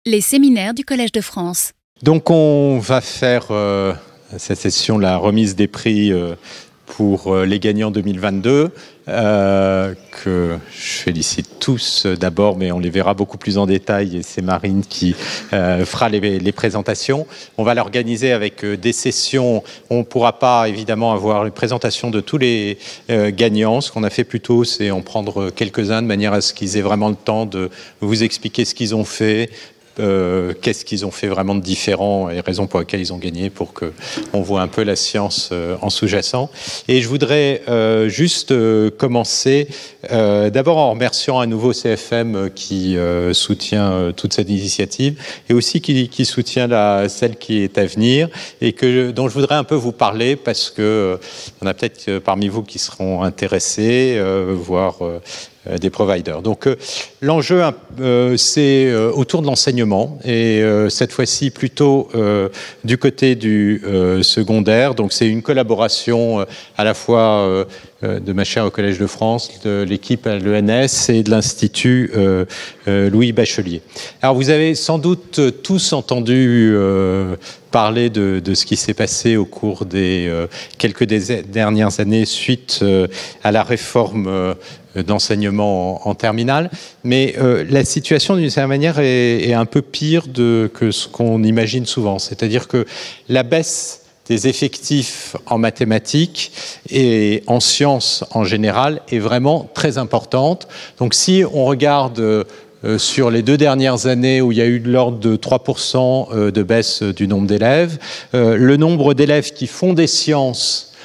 Les séminaires du Collège de France. Donc on va faire cette session la remise des prix pour les gagnants 2022 que je félicite tous d'abord, mais on les verra beaucoup plus en détail et c'est Marine qui fera les présentations. On va l'organiser avec des sessions. On ne pourra pas évidemment avoir une présentation de tous les gagnants. Ce qu'on a fait plutôt, c'est en prendre quelques-uns de manière à ce qu'ils aient vraiment le temps de vous expliquer ce qu'ils ont fait, qu'est-ce qu'ils ont fait vraiment de différent et raisons pour lesquelles ils ont gagné, pour qu'on voit un peu la science en sous-jacent. Et je voudrais juste commencer d'abord en remerciant à nouveau CFM qui soutient toute cette initiative et aussi qui soutient celle qui est à venir et dont je voudrais un peu vous parler parce que il y en a peut-être parmi vous qui seront intéressés, voire des providers. Donc l'enjeu c'est autour de l'enseignement et cette fois-ci plutôt du côté du secondaire. Donc c'est une collaboration à la fois de ma chaire au Collège de France, de l'équipe à l'ENS et de l'Institut Louis Bachelier. Alors vous avez sans doute tous entendu parler de ce qui s'est passé au cours des quelques dernières années suite à la réforme d'enseignement en terminale, mais la situation d'une certaine manière est un peu pire que ce qu'on imagine souvent, c'est-à-dire que la baisse des effectifs en mathématiques et en sciences en général est vraiment très importante. Donc si on regarde sur les 2 dernières années où il y a eu de l'ordre de 3% de baisse du nombre d'élèves, le nombre d'élèves qui font des sciences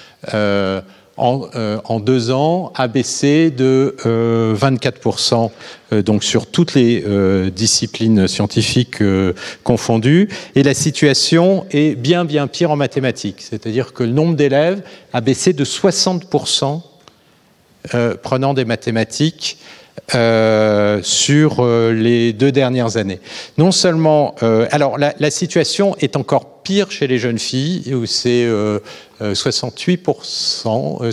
en 2 ans a baissé de 24%, donc sur toutes les disciplines scientifiques confondues. Et la situation est bien pire en mathématiques, c'est-à-dire que le nombre d'élèves a baissé de 60% prenant des mathématiques sur les 2 dernières années. Non seulement, alors la situation est encore pire chez les jeunes filles, où c'est 68%,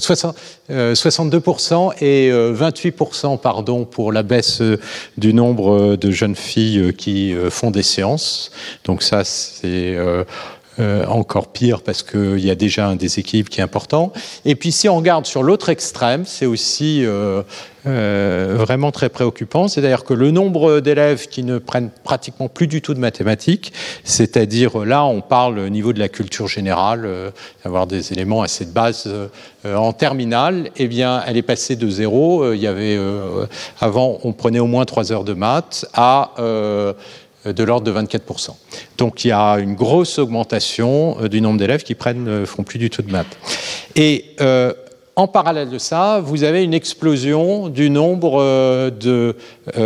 62% et 28% pardon, pour la baisse du nombre de jeunes filles qui font des sciences. Donc ça, c'est encore pire parce qu'il y a déjà un déséquilibre qui est important. Et puis si on regarde sur l'autre extrême, c'est aussi vraiment très préoccupant. C'est-à-dire que le nombre d'élèves qui ne prennent pratiquement plus du tout de mathématiques, c'est-à-dire là on parle au niveau de la culture générale, d'avoir des éléments assez de base en terminale, eh bien elle est passée de 0. Il y avait avant on prenait au moins 3 heures de maths à de l'ordre de 24%. Donc il y a une grosse augmentation du nombre d'élèves qui font plus du tout de maths. Et en parallèle de ça, vous avez une explosion du nombre de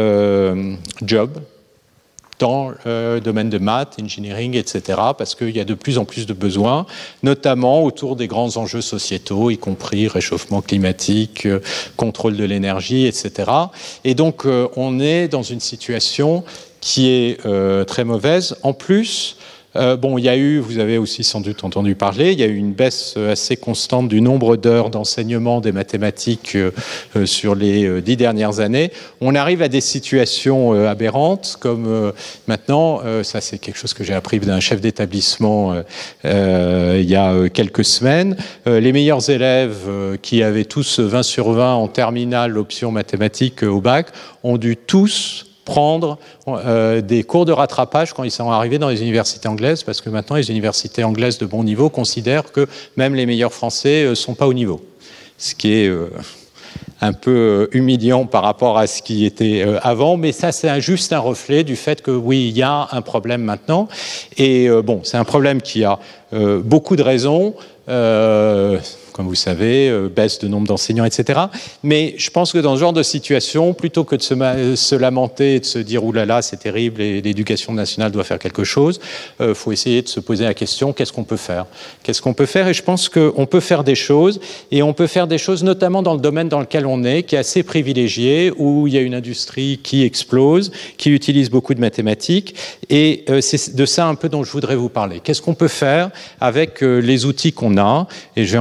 jobs dans le domaine de maths, engineering, etc., parce qu'il y a de plus en plus de besoins, notamment autour des grands enjeux sociétaux, y compris réchauffement climatique, contrôle de l'énergie, etc. Et donc on est dans une situation qui est très mauvaise. En plus, il y a eu, vous avez aussi sans doute entendu parler, il y a eu une baisse assez constante du nombre d'heures d'enseignement des mathématiques sur les 10 dernières années. On arrive à des situations aberrantes, comme maintenant, ça c'est quelque chose que j'ai appris d'un chef d'établissement il y a quelques semaines, les meilleurs élèves qui avaient tous 20 sur 20 en terminale, option mathématiques au bac, ont dû tous prendre des cours de rattrapage quand ils sont arrivés dans les universités anglaises, parce que maintenant les universités anglaises de bon niveau considèrent que même les meilleurs Français ne sont pas au niveau. Ce qui est un peu humiliant par rapport à ce qui était avant, mais ça c'est juste un reflet du fait que oui, il y a un problème maintenant. Et c'est un problème qui a beaucoup de raisons. Comme vous savez, baisse de nombre d'enseignants, etc. Mais je pense que dans ce genre de situation, plutôt que de se lamenter et de se dire « Ouh là là, c'est terrible et l'éducation nationale doit faire quelque chose », faut essayer de se poser la question « Qu'est-ce qu'on peut faire ?» Qu'est-ce qu'on peut faire ? Et je pense qu'on peut faire des choses, et on peut faire des choses notamment dans le domaine dans lequel on est, qui est assez privilégié, où il y a une industrie qui explose, qui utilise beaucoup de mathématiques, et c'est de ça un peu dont je voudrais vous parler. Qu'est-ce qu'on peut faire avec les outils qu'on a ? Et je vais en parler assez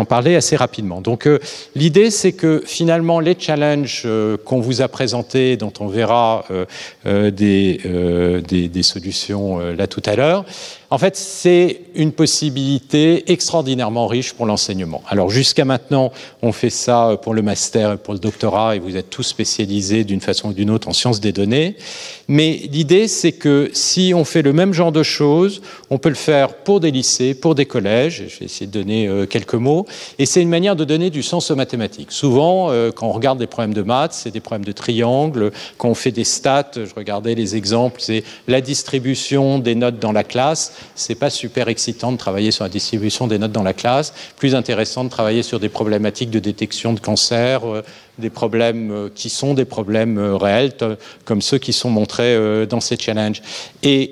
assez rapidement. Donc l'idée, c'est que finalement les challenges qu'on vous a présentés, dont on verra des solutions là tout à l'heure, en fait, c'est une possibilité extraordinairement riche pour l'enseignement. Alors jusqu'à maintenant, on fait ça pour le master et pour le doctorat, et vous êtes tous spécialisés d'une façon ou d'une autre en sciences des données. Mais l'idée, c'est que si on fait le même genre de choses, on peut le faire pour des lycées, pour des collèges. Je vais essayer de donner quelques mots. Et c'est une manière de donner du sens aux mathématiques. Souvent, quand on regarde des problèmes de maths, c'est des problèmes de triangles. Quand on fait des stats, je regardais les exemples, c'est la distribution des notes dans la classe. C'est pas super excitant de travailler sur la distribution des notes dans la classe. Plus intéressant de travailler sur des problématiques de détection de cancer, des problèmes qui sont des problèmes réels, comme ceux qui sont montrés dans ces challenges. Et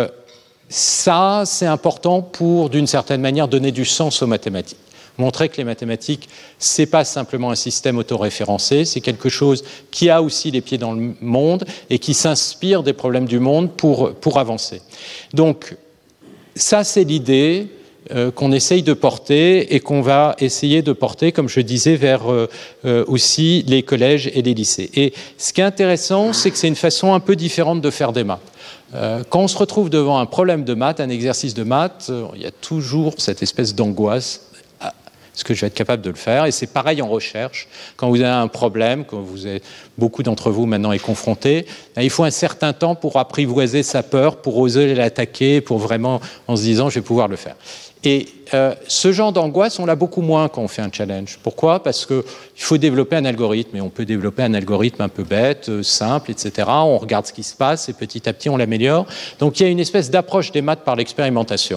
ça, c'est important pour, d'une certaine manière, donner du sens aux mathématiques. Montrer que les mathématiques, c'est pas simplement un système autoréférencé, c'est quelque chose qui a aussi les pieds dans le monde et qui s'inspire des problèmes du monde pour avancer. Donc, ça, c'est l'idée qu'on essaye de porter et qu'on va essayer de porter, comme je disais, vers aussi les collèges et les lycées. Et ce qui est intéressant, c'est que c'est une façon un peu différente de faire des maths. Quand on se retrouve devant un problème de maths, un exercice de maths, il y a toujours cette espèce d'angoisse. Est-ce que je vais être capable de le faire? Et c'est pareil en recherche. Quand vous avez un problème, quand beaucoup d'entre vous maintenant est confrontés, il faut un certain temps pour apprivoiser sa peur, pour oser l'attaquer, pour vraiment en se disant je vais pouvoir le faire. Et ce genre d'angoisse, on l'a beaucoup moins quand on fait un challenge. Pourquoi? Parce qu'il faut développer un algorithme, et on peut développer un algorithme un peu bête, simple, etc. On regarde ce qui se passe, et petit à petit, on l'améliore. Donc il y a une espèce d'approche des maths par l'expérimentation.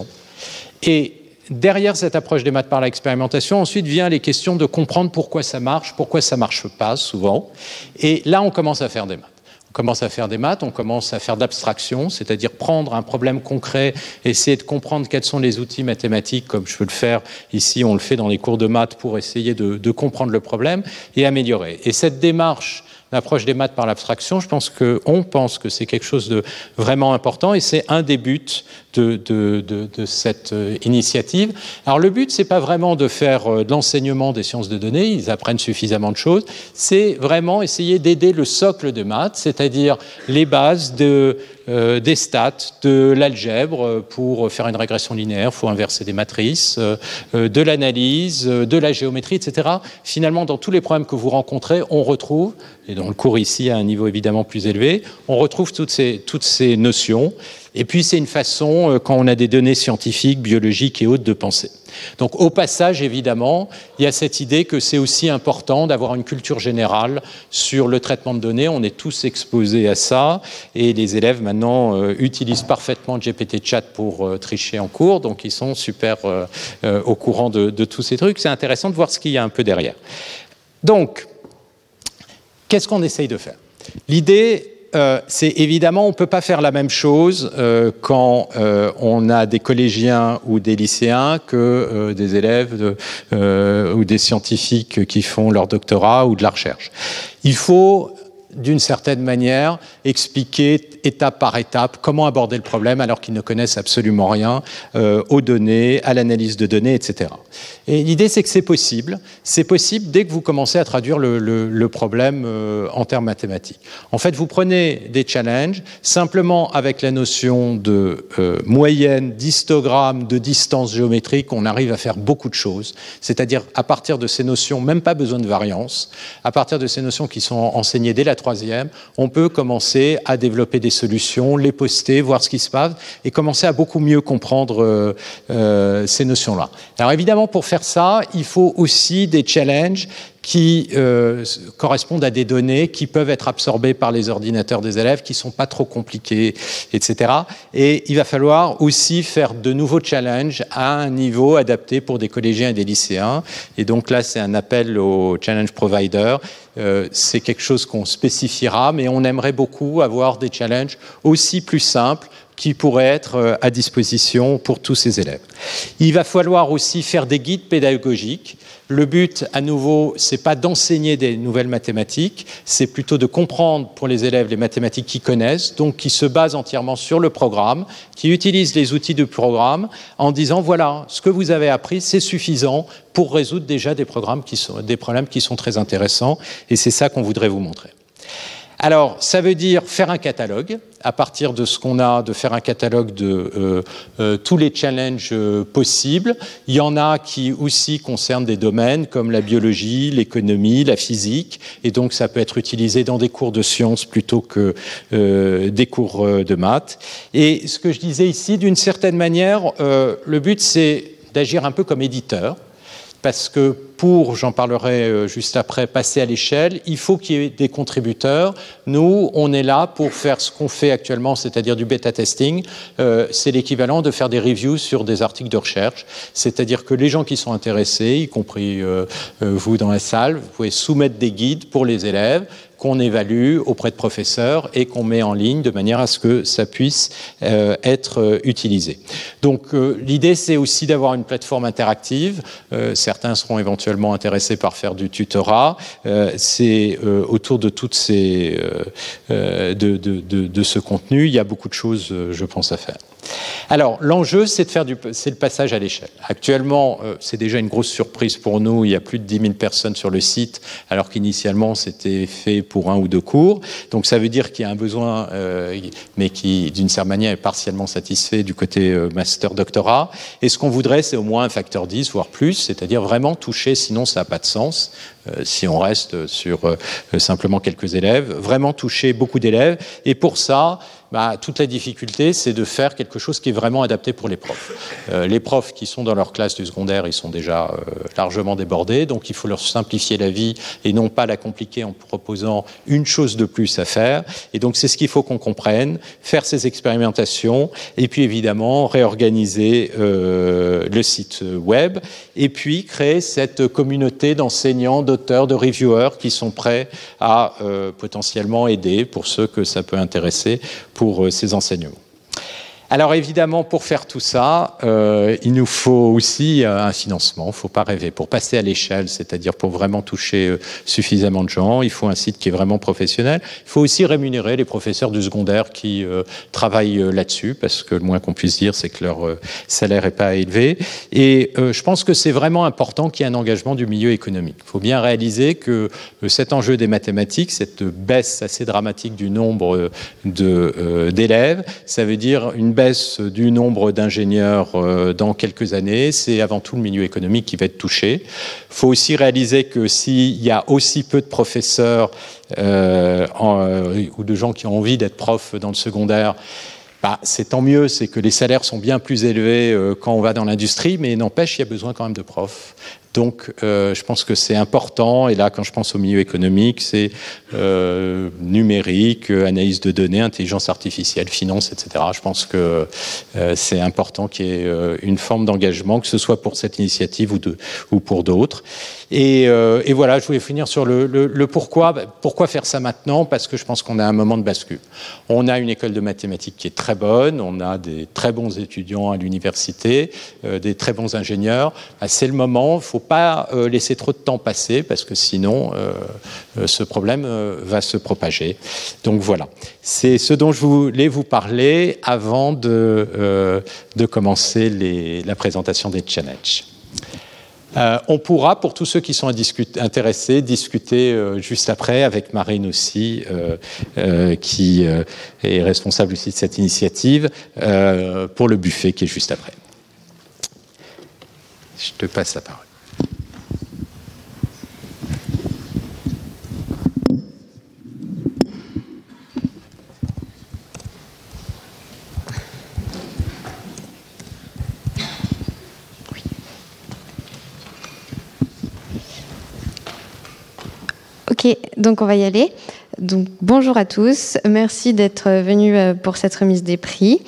Et derrière cette approche des maths par l'expérimentation, ensuite vient les questions de comprendre pourquoi ça marche pas souvent. Et là, on commence à faire des maths. On commence à faire des maths, on commence à faire d'abstraction, c'est-à-dire prendre un problème concret, essayer de comprendre quels sont les outils mathématiques, comme je peux le faire ici, on le fait dans les cours de maths pour essayer de comprendre le problème et améliorer. Et cette démarche l'approche des maths par l'abstraction, on pense que c'est quelque chose de vraiment important et c'est un des buts de cette initiative. Alors le but, c'est pas vraiment de faire de l'enseignement des sciences de données, ils apprennent suffisamment de choses, c'est vraiment essayer d'aider le socle de maths, c'est-à-dire les bases des stats, de l'algèbre. Pour faire une régression linéaire, il faut inverser des matrices, de l'analyse, de la géométrie, etc. Finalement, dans tous les problèmes que vous rencontrez, on retrouve, et dans le cours ici à un niveau évidemment plus élevé, on retrouve toutes ces notions. Et puis c'est une façon, quand on a des données scientifiques, biologiques et autres, de penser. Donc au passage, évidemment, il y a cette idée que c'est aussi important d'avoir une culture générale sur le traitement de données. On est tous exposés à ça, et les élèves maintenant utilisent parfaitement GPT-Chat pour tricher en cours, donc ils sont super au courant de tous ces trucs. C'est intéressant de voir ce qu'il y a un peu derrière. Donc, qu'est-ce qu'on essaye de faire? L'idée, c'est évidemment, on ne peut pas faire la même chose quand on a des collégiens ou des lycéens que des élèves ou des scientifiques qui font leur doctorat ou de la recherche. Il faut, d'une certaine manière, expliquer étape par étape comment aborder le problème alors qu'ils ne connaissent absolument rien aux données, à l'analyse de données, etc. Et l'idée, c'est que c'est possible. C'est possible dès que vous commencez à traduire le problème en termes mathématiques. En fait, vous prenez des challenges simplement avec la notion de moyenne, d'histogramme, de distance géométrique, on arrive à faire beaucoup de choses. C'est-à-dire, à partir de ces notions, même pas besoin de variance, à partir de ces notions qui sont enseignées dès la troisième, on peut commencer à développer des solutions, les poster, voir ce qui se passe et commencer à beaucoup mieux comprendre ces notions-là. Alors évidemment, pour faire ça, il faut aussi des challenges qui correspondent à des données qui peuvent être absorbées par les ordinateurs des élèves, qui ne sont pas trop compliquées, etc. Et il va falloir aussi faire de nouveaux challenges à un niveau adapté pour des collégiens et des lycéens. Et donc là, c'est un appel aux challenge providers. C'est quelque chose qu'on spécifiera, mais on aimerait beaucoup avoir des challenges aussi plus simples qui pourraient être à disposition pour tous ces élèves. Il va falloir aussi faire des guides pédagogiques. Le but, à nouveau, c'est pas d'enseigner des nouvelles mathématiques, c'est plutôt de comprendre pour les élèves les mathématiques qu'ils connaissent, donc qui se basent entièrement sur le programme, qui utilisent les outils du programme en disant voilà, ce que vous avez appris, c'est suffisant pour résoudre déjà des problèmes qui sont très intéressants, et c'est ça qu'on voudrait vous montrer. Alors, ça veut dire faire un catalogue, à partir de ce qu'on a, de faire un catalogue de tous les challenges possibles. Il y en a qui aussi concernent des domaines comme la biologie, l'économie, la physique, et donc ça peut être utilisé dans des cours de sciences plutôt que des cours de maths. Et ce que je disais ici, d'une certaine manière, le but c'est d'agir un peu comme éditeur, parce que pour, j'en parlerai juste après, passer à l'échelle, il faut qu'il y ait des contributeurs. Nous, on est là pour faire ce qu'on fait actuellement, c'est-à-dire du bêta-testing. C'est l'équivalent de faire des reviews sur des articles de recherche. C'est-à-dire que les gens qui sont intéressés, y compris vous dans la salle, vous pouvez soumettre des guides pour les élèves qu'on évalue auprès de professeurs et qu'on met en ligne de manière à ce que ça puisse être utilisé. Donc l'idée, c'est aussi d'avoir une plateforme interactive. Certains seront éventuellement intéressés par faire du tutorat. C'est autour de toutes ces de ce contenu, il y a beaucoup de choses, je pense, à faire. Alors, l'enjeu, c'est le passage à l'échelle. Actuellement, c'est déjà une grosse surprise pour nous. Il y a plus de 10 000 personnes sur le site, alors qu'initialement, c'était fait pour 1 ou 2 cours. Donc, ça veut dire qu'il y a un besoin, mais qui, d'une certaine manière, est partiellement satisfait du côté master-doctorat. Et ce qu'on voudrait, c'est au moins un facteur 10, voire plus, c'est-à-dire vraiment toucher, sinon ça n'a pas de sens. Si on reste sur simplement quelques élèves, vraiment toucher beaucoup d'élèves. Et pour ça, toute la difficulté, c'est de faire quelque chose qui est vraiment adapté pour les profs. Les profs qui sont dans leur classe du secondaire, ils sont déjà largement débordés, donc il faut leur simplifier la vie et non pas la compliquer en proposant une chose de plus à faire. Et donc c'est ce qu'il faut qu'on comprenne, faire ces expérimentations, et puis évidemment réorganiser le site web, et puis créer cette communauté d'enseignants, d'auteurs, de reviewers qui sont prêts à potentiellement aider pour ceux que ça peut intéresser pour ces enseignements. Alors évidemment, pour faire tout ça, il nous faut aussi un financement. Il ne faut pas rêver. Pour passer à l'échelle, c'est-à-dire pour vraiment toucher suffisamment de gens, il faut un site qui est vraiment professionnel. Il faut aussi rémunérer les professeurs du secondaire qui travaillent là-dessus, parce que le moins qu'on puisse dire, c'est que leur salaire n'est pas élevé. Et je pense que c'est vraiment important qu'il y ait un engagement du milieu économique. Il faut bien réaliser que cet enjeu des mathématiques, cette baisse assez dramatique du nombre d'élèves, ça veut dire une baisse du nombre d'ingénieurs dans quelques années, c'est avant tout le milieu économique qui va être touché. Il faut aussi réaliser que s'il y a aussi peu de professeurs ou de gens qui ont envie d'être profs dans le secondaire, c'est tant mieux, c'est que les salaires sont bien plus élevés quand on va dans l'industrie, mais n'empêche, il y a besoin quand même de profs. Donc, je pense que c'est important, et là, quand je pense au milieu économique, c'est numérique, analyse de données, intelligence artificielle, finance, etc. Je pense que c'est important qu'il y ait une forme d'engagement, que ce soit pour cette initiative ou pour d'autres. Et voilà, je voulais finir sur le pourquoi. Pourquoi faire ça maintenant? Parce que je pense qu'on a un moment de bascule. On a une école de mathématiques qui est très bonne, on a des très bons étudiants à l'université, des très bons ingénieurs. C'est le moment, il ne faut pas laisser trop de temps passer, parce que sinon, ce problème va se propager. Donc voilà, c'est ce dont je voulais vous parler avant de commencer la présentation des challenges. On pourra, pour tous ceux qui sont intéressés, discuter juste après avec Marine aussi, qui est responsable aussi de cette initiative, pour le buffet qui est juste après. Je te passe la parole. Ok, donc on va y aller. Donc, bonjour à tous, merci d'être venus pour cette remise des prix.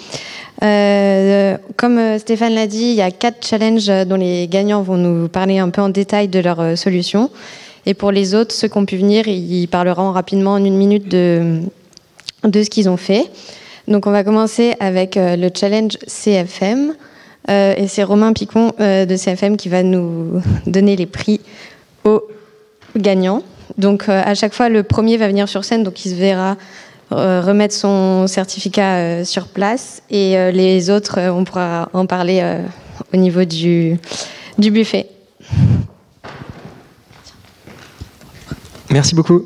Comme Stéphane l'a dit, il y a 4 challenges dont les gagnants vont nous parler un peu en détail de leurs solutions. Et pour les autres, ceux qui ont pu venir, ils parleront rapidement en 1 minute de ce qu'ils ont fait. Donc on va commencer avec le challenge CFM. Et c'est Romain Picon de CFM qui va nous donner les prix aux gagnants. Donc à chaque fois, le premier va venir sur scène, donc il se verra remettre son certificat sur place. Et les autres, on pourra en parler au niveau du buffet. Merci beaucoup.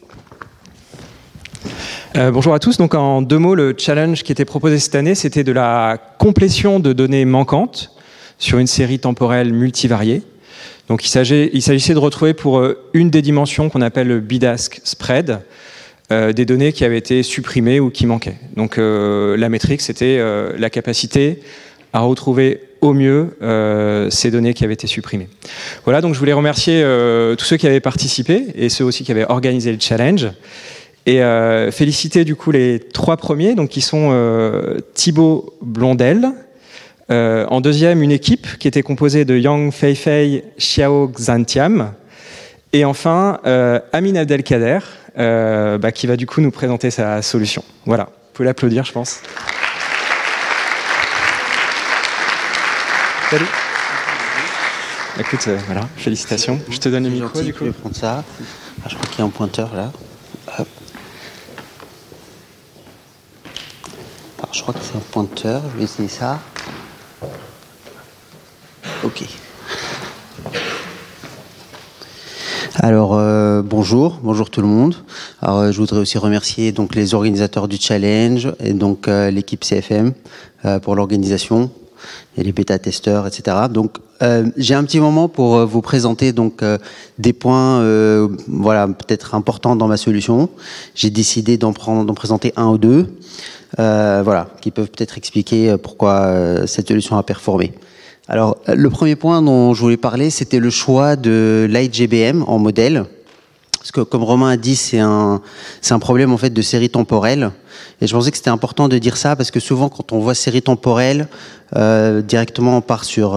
Bonjour à tous. Donc en 2 mots, le challenge qui était proposé cette année, c'était de la complétion de données manquantes sur une série temporelle multivariée. Donc il s'agissait de retrouver pour une des dimensions qu'on appelle le BIDASC spread, des données qui avaient été supprimées ou qui manquaient. Donc la métrique, c'était la capacité à retrouver au mieux ces données qui avaient été supprimées. Voilà, donc je voulais remercier tous ceux qui avaient participé et ceux aussi qui avaient organisé le challenge. Et féliciter du coup les 3 premiers, donc qui sont Thibaut Blondel. En deuxième, une équipe qui était composée de Yang Feifei Xiao Xantiam. Et enfin, Amin Abdelkader, qui va du coup nous présenter sa solution. Voilà, vous pouvez l'applaudir, je pense. Salut. Écoute, voilà, félicitations. Je te donne le micro du coup. Je vais prendre ça. Je crois qu'il y a un pointeur là. Hop. Alors, je crois que c'est un pointeur. Je vais essayer ça. Ok. Alors bonjour tout le monde. Alors je voudrais aussi remercier donc les organisateurs du challenge et donc l'équipe CFM pour l'organisation et les bêta-testeurs, etc. Donc j'ai un petit moment pour vous présenter donc des points voilà peut-être importants dans ma solution. J'ai décidé d'en présenter 1 ou 2 voilà qui peuvent peut-être expliquer pourquoi cette solution a performé. Alors, le premier point dont je voulais parler, c'était le choix de l'IGBM en modèle. Parce que, comme Romain a dit, c'est un problème, en fait, de série temporelle. Et je pensais que c'était important de dire ça, parce que souvent, quand on voit série temporelle, directement, on part sur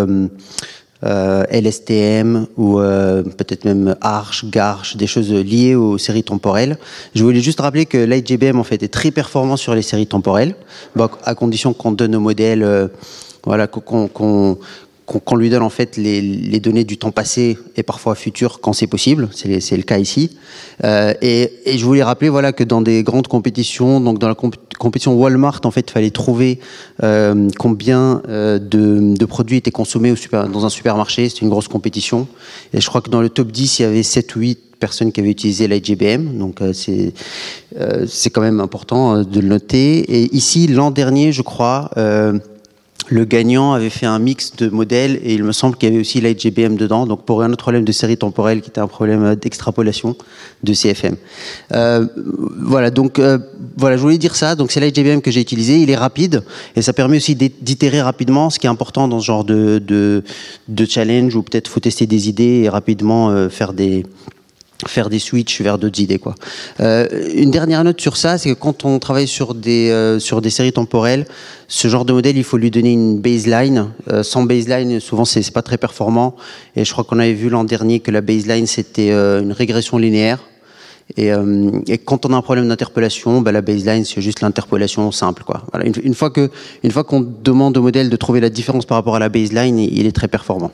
LSTM ou peut-être même Arch, Garch, des choses liées aux séries temporelles. Je voulais juste rappeler que l'IGBM, en fait, est très performant sur les séries temporelles, à condition qu'on donne au modèle... Voilà, qu'on lui donne en fait les données du temps passé et parfois futur quand c'est possible. C'est le cas ici. Et je voulais rappeler voilà que dans des grandes compétitions, donc dans la compétition Walmart, en fait, il fallait trouver combien de produits étaient consommés dans un supermarché. C'était une grosse compétition. Et je crois que dans le top 10, il y avait 7 ou 8 personnes qui avaient utilisé l'IGBM. Donc c'est quand même important de le noter. Et ici, l'an dernier, je crois... le gagnant avait fait un mix de modèles et il me semble qu'il y avait aussi l'IGBM dedans, donc pour un autre problème de série temporelle qui était un problème d'extrapolation de CFM. Voilà, donc voilà, je voulais dire ça. Donc c'est l'IGBM que j'ai utilisé, il est rapide et ça permet aussi d'itérer rapidement, ce qui est important dans ce genre de challenge où peut-être faut tester des idées et rapidement faire des switches vers d'autres idées, quoi. Une dernière note sur ça, c'est que quand on travaille sur des séries temporelles, ce genre de modèle, il faut lui donner une baseline. Sans baseline, souvent, c'est pas très performant. Et je crois qu'on avait vu l'an dernier que la baseline, c'était une régression linéaire. Et quand on a un problème d'interpolation, la baseline, c'est juste l'interpolation simple, quoi. Voilà. Une fois qu'on demande au modèle de trouver la différence par rapport à la baseline, il est très performant.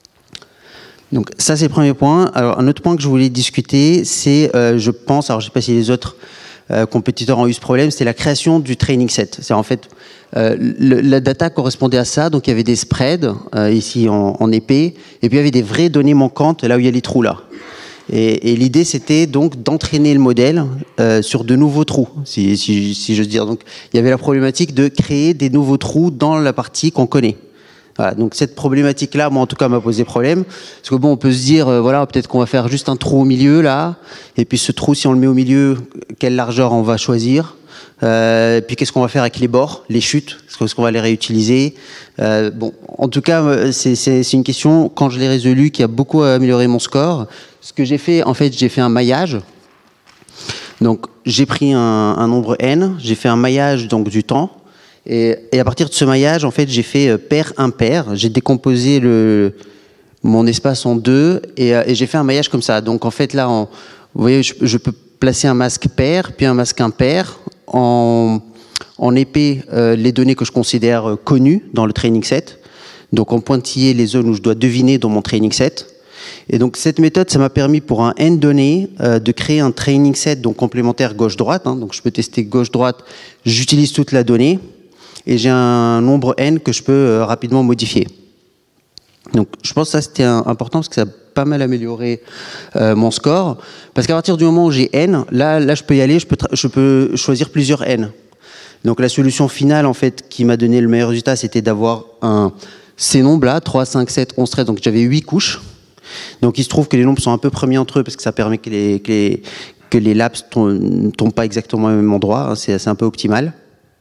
Donc ça, c'est le premier point. Alors un autre point que je voulais discuter, c'est, je pense, alors je ne sais pas si les autres compétiteurs ont eu ce problème, c'est la création du training set. C'est en fait, la data correspondait à ça, donc il y avait des spreads, ici en épais, et puis il y avait des vraies données manquantes, là où il y a les trous là. Et l'idée, c'était donc d'entraîner le modèle sur de nouveaux trous, si j'ose dire. Donc il y avait la problématique de créer des nouveaux trous dans la partie qu'on connaît. Voilà, donc cette problématique-là, moi en tout cas, m'a posé problème. Parce que bon, on peut se dire, voilà, peut-être qu'on va faire juste un trou au milieu, là. Et puis ce trou, si on le met au milieu, quelle largeur on va choisir? Puis qu'est-ce qu'on va faire avec les bords, les chutes? Est-ce qu'on va les réutiliser? Bon, en tout cas, c'est une question, quand je l'ai résolue, qui a beaucoup amélioré mon score. Ce que j'ai fait, en fait, j'ai fait un maillage. Donc, j'ai pris un nombre n, j'ai fait un maillage donc du temps. Et à partir de ce maillage, en fait, j'ai fait pair-impair. J'ai décomposé mon espace en 2 et j'ai fait un maillage comme ça. Donc, en fait, là, vous voyez, je peux placer un masque pair, puis un masque impair en en épais les données que je considère connues dans le training set. Donc en pointillé les zones où je dois deviner dans mon training set. Et donc cette méthode, ça m'a permis pour un n donné de créer un training set donc complémentaire gauche-droite. Donc je peux tester gauche-droite, j'utilise toute la donnée et j'ai un nombre n que je peux rapidement modifier. Donc je pense que ça c'était important parce que ça a pas mal amélioré mon score. Parce qu'à partir du moment où j'ai n, là je peux y aller, je peux choisir plusieurs n. Donc la solution finale en fait qui m'a donné le meilleur résultat, c'était d'avoir ces nombres-là, 3, 5, 7, 11, 13, donc j'avais 8 couches. Donc il se trouve que les nombres sont un peu premiers entre eux parce que ça permet que les laps ne tombent pas exactement au même endroit, c'est un peu optimal.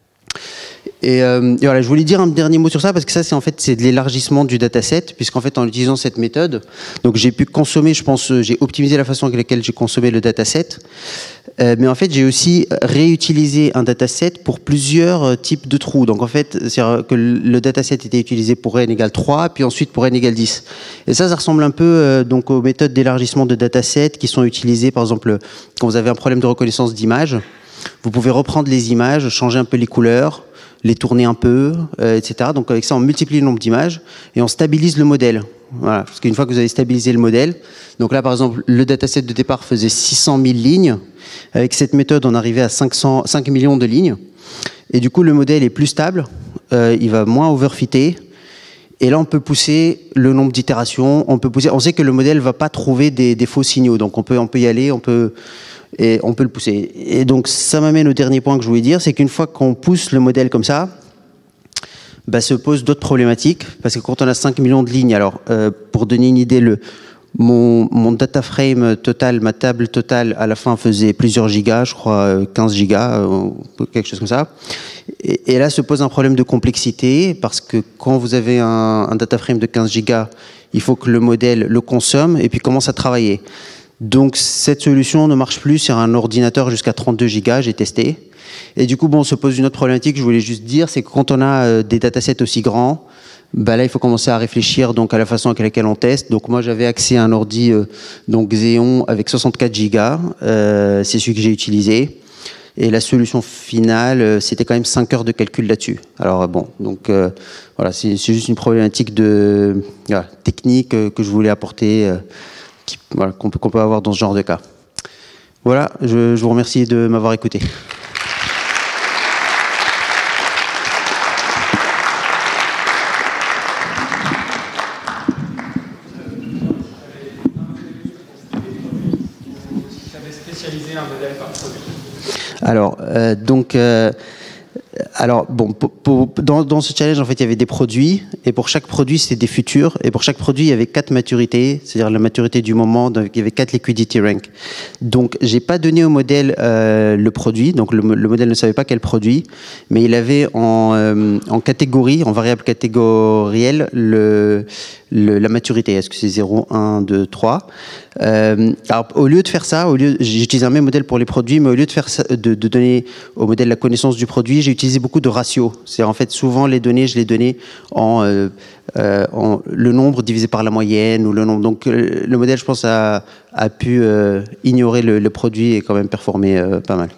Et voilà, je voulais dire un dernier mot sur ça parce que ça c'est de l'élargissement du dataset, puisqu'en fait en utilisant cette méthode, donc j'ai pu consommer, je pense, j'ai optimisé la façon avec laquelle j'ai consommé le dataset, mais en fait j'ai aussi réutilisé un dataset pour plusieurs types de trous. Donc en fait, c'est-à-dire que le dataset était utilisé pour n égale 3, puis ensuite pour n égale 10. Et ça ressemble un peu donc aux méthodes d'élargissement de dataset qui sont utilisées par exemple quand vous avez un problème de reconnaissance d'image. Vous pouvez reprendre les images, changer un peu les couleurs, les tourner un peu, etc. Donc avec ça, on multiplie le nombre d'images et on stabilise le modèle. Voilà, parce qu'une fois que vous avez stabilisé le modèle, donc là par exemple, le dataset de départ faisait 600 000 lignes. Avec cette méthode, on arrivait à 5 millions de lignes. Et du coup, le modèle est plus stable, il va moins overfitter. Et là, on peut pousser le nombre d'itérations. On sait que le modèle ne va pas trouver des faux signaux. Donc on peut y aller, on peut le pousser. Et donc ça m'amène au dernier point que je voulais dire, c'est qu'une fois qu'on pousse le modèle comme ça, se posent d'autres problématiques, parce que quand on a 5 millions de lignes, alors pour donner une idée, mon data frame total, ma table totale à la fin faisait plusieurs gigas, je crois 15 gigas, quelque chose comme ça. Et là se pose un problème de complexité, parce que quand vous avez un data frame de 15 gigas, il faut que le modèle le consomme et puis commence à travailler. Donc cette solution ne marche plus sur un ordinateur jusqu'à 32 gigas, j'ai testé. Et du coup, on se pose une autre problématique, je voulais juste dire, c'est que quand on a des datasets aussi grands, là il faut commencer à réfléchir donc à la façon avec laquelle on teste. Donc moi j'avais accès à un ordi donc Xeon avec 64 gigas, c'est celui que j'ai utilisé. Et la solution finale, c'était quand même 5 heures de calcul là-dessus. Alors donc voilà, c'est juste une problématique technique que je voulais apporter. Qu'on peut avoir dans ce genre de cas. Voilà, je vous remercie de m'avoir écouté. Alors, dans ce challenge, en fait, il y avait des produits, et pour chaque produit, c'était des futurs, et pour chaque produit, il y avait 4 maturités, c'est-à-dire la maturité du moment, donc il y avait 4 liquidity rank. Donc, j'ai pas donné au modèle le produit, donc le modèle ne savait pas quel produit, mais il avait en catégorie, en variable catégorielle, la maturité. Est-ce que c'est 0, 1, 2, 3 Alors, au lieu de faire ça, j'utilise un même modèle pour les produits, mais au lieu de faire ça, de donner au modèle la connaissance du produit, j'ai utilisé beaucoup de ratios. C'est-à-dire, en fait, souvent, les données, je les donnais en le nombre divisé par la moyenne ou le nombre. Donc, le modèle, je pense, a pu ignorer le produit et quand même performer pas mal.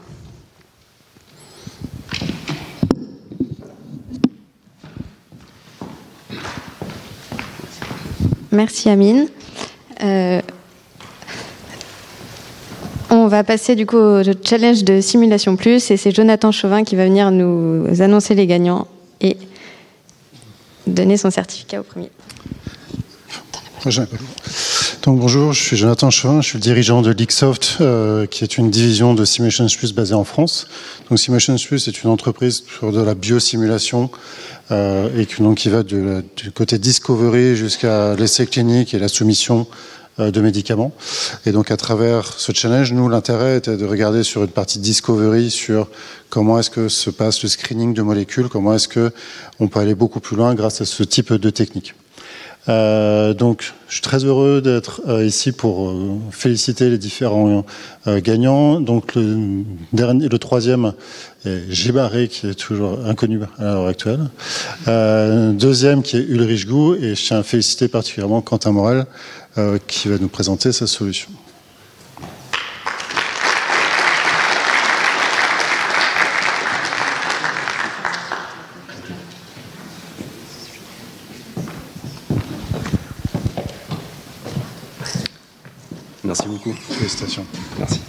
Merci Amine. On va passer du coup au challenge de Simulation Plus et c'est Jonathan Chauvin qui va venir nous annoncer les gagnants et donner son certificat au premier. Donc bonjour, je suis Jonathan Chauvin, je suis le dirigeant de Leaksoft, qui est une division de Simulations Plus basée en France. Donc Simulations Plus est une entreprise sur de la biosimulation et qui va du côté discovery jusqu'à l'essai clinique et la soumission de médicaments. Et donc à travers ce challenge, nous, l'intérêt était de regarder sur une partie discovery sur comment est-ce que se passe le screening de molécules, comment est-ce qu'on peut aller beaucoup plus loin grâce à ce type de technique. Donc, je suis très heureux d'être ici pour féliciter les différents gagnants. Donc, le troisième est Gibaré, qui est toujours inconnu à l'heure actuelle. Deuxième, qui est Ulrich Gou, et je tiens à féliciter particulièrement Quentin Morel, qui va nous présenter sa solution. Merci beaucoup. Félicitations. Merci.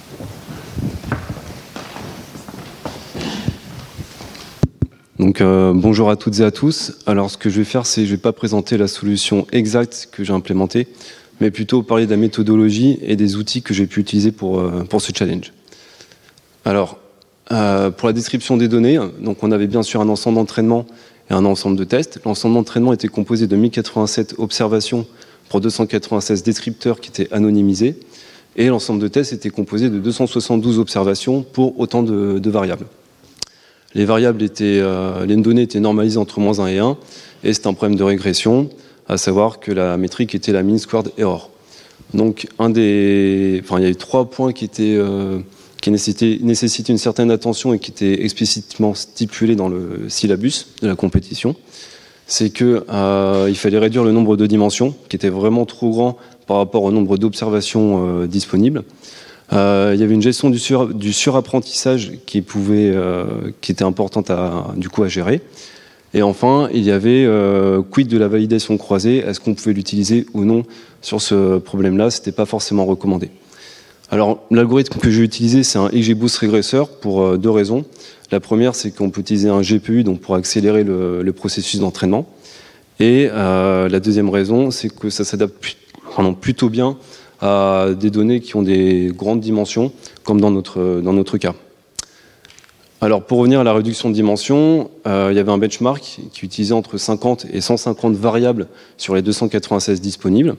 Donc bonjour à toutes et à tous. Alors ce que je vais faire, c'est je ne vais pas présenter la solution exacte que j'ai implémentée, mais plutôt parler de la méthodologie et des outils que j'ai pu utiliser pour ce challenge. Alors, pour la description des données, donc on avait bien sûr un ensemble d'entraînement et un ensemble de tests. L'ensemble d'entraînement était composé de 1087 observations pour 296 descripteurs qui étaient anonymisés, et l'ensemble de tests était composé de 272 observations pour autant de variables. Les variables les données étaient normalisées entre -1 et 1, et c'est un problème de régression, à savoir que la métrique était la mean squared error. Donc il y avait 3 points qui nécessitaient une certaine attention et qui étaient explicitement stipulés dans le syllabus de la compétition. C'est qu'il fallait réduire le nombre de dimensions, qui était vraiment trop grand par rapport au nombre d'observations disponibles. Il y avait une gestion du surapprentissage qui était importante à gérer. Et enfin, il y avait quid de la validation croisée. Est-ce qu'on pouvait l'utiliser ou non sur ce problème-là? C'était pas forcément recommandé. Alors, l'algorithme que j'ai utilisé, c'est un XGBoost régresseur pour 2 raisons. La première, c'est qu'on peut utiliser un GPU donc pour accélérer le processus d'entraînement. Et la deuxième raison, c'est que ça s'adapte plutôt bien à des données qui ont des grandes dimensions, comme dans notre cas. Alors, pour revenir à la réduction de dimensions, il y avait un benchmark qui utilisait entre 50 et 150 variables sur les 296 disponibles.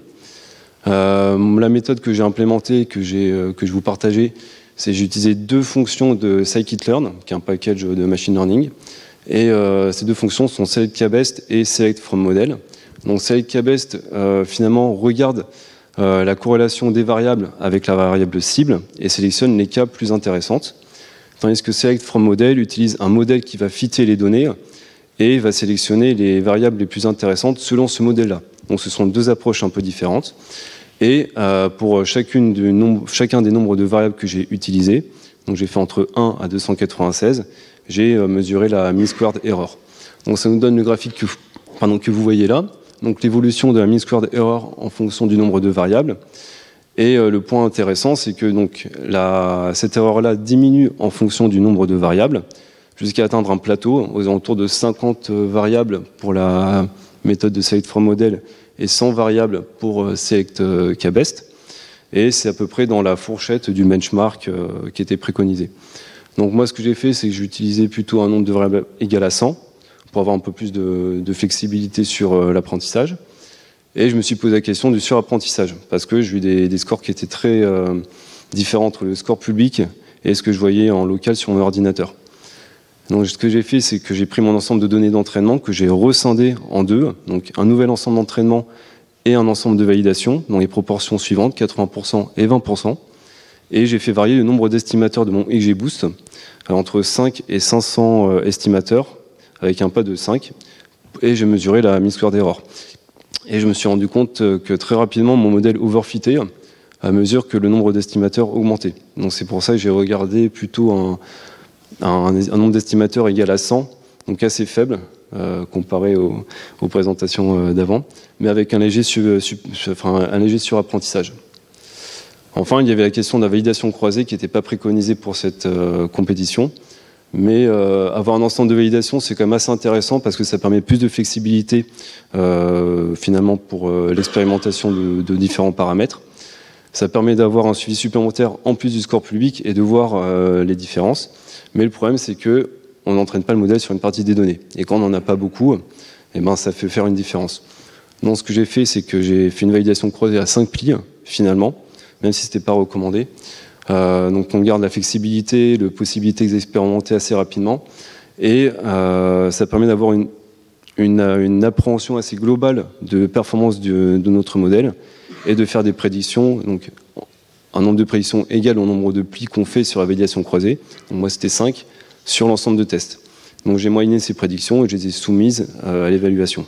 La méthode que j'ai implémentée, que je vais vous partager, c'est j'ai utilisé 2 fonctions de scikit-learn, qui est un package de machine learning. Et ces 2 fonctions sont select-k-best et select-from-model. Donc select-k-best, finalement, regarde la corrélation des variables avec la variable cible et sélectionne les cas plus intéressantes. Tandis que select-from-model utilise un modèle qui va fitter les données et va sélectionner les variables les plus intéressantes selon ce modèle-là. Donc ce sont 2 approches un peu différentes. Et pour chacun des nombres de variables que j'ai utilisés, donc j'ai fait entre 1 à 296, j'ai mesuré la mean squared error. Donc ça nous donne le graphique que vous voyez là. Donc l'évolution de la mean squared error en fonction du nombre de variables. Et le point intéressant, c'est que donc, cette erreur-là diminue en fonction du nombre de variables, jusqu'à atteindre un plateau aux alentours de 50 variables pour la méthode de select from model et 100 variables pour select k-best. Et c'est à peu près dans la fourchette du benchmark qui était préconisé. Donc moi, ce que j'ai fait, c'est que j'ai utilisé plutôt un nombre de variables égal à 100 pour avoir un peu plus de flexibilité sur l'apprentissage. Et je me suis posé la question du surapprentissage, parce que j'ai eu des scores qui étaient très différents entre le score public et ce que je voyais en local sur mon ordinateur. Donc ce que j'ai fait, c'est que j'ai pris mon ensemble de données d'entraînement, que j'ai rescindé en 2, donc un nouvel ensemble d'entraînement et un ensemble de validation, dans les proportions suivantes, 80% et 20%. Et j'ai fait varier le nombre d'estimateurs de mon XGBoost entre 5 et 500 estimateurs, avec un pas de 5, et j'ai mesuré la mean squared error. Et je me suis rendu compte que très rapidement, mon modèle overfitté à mesure que le nombre d'estimateurs augmentait. Donc c'est pour ça que j'ai regardé plutôt un nombre d'estimateurs égal à 100, donc assez faible comparé aux présentations d'avant, mais avec un léger surapprentissage. Enfin, il y avait la question de la validation croisée qui n'était pas préconisée pour cette compétition. Mais avoir un ensemble de validation, c'est quand même assez intéressant parce que ça permet plus de flexibilité finalement pour l'expérimentation de différents paramètres. Ça permet d'avoir un suivi supplémentaire en plus du score public et de voir les différences. Mais le problème, c'est que on n'entraîne pas le modèle sur une partie des données. Et quand on n'en a pas beaucoup, eh ben, ça fait faire une différence. Donc ce que j'ai fait, c'est que j'ai fait une validation croisée à 5 plis, finalement, même si ce n'était pas recommandé. Donc on garde la flexibilité, la possibilité d'expérimenter assez rapidement. Et ça permet d'avoir une appréhension assez globale de performance de notre modèle et de faire des prédictions, donc un nombre de prédictions égal au nombre de plis qu'on fait sur la validation croisée. Donc moi c'était 5 sur l'ensemble de tests. Donc j'ai moyenné ces prédictions et je les ai soumises à l'évaluation.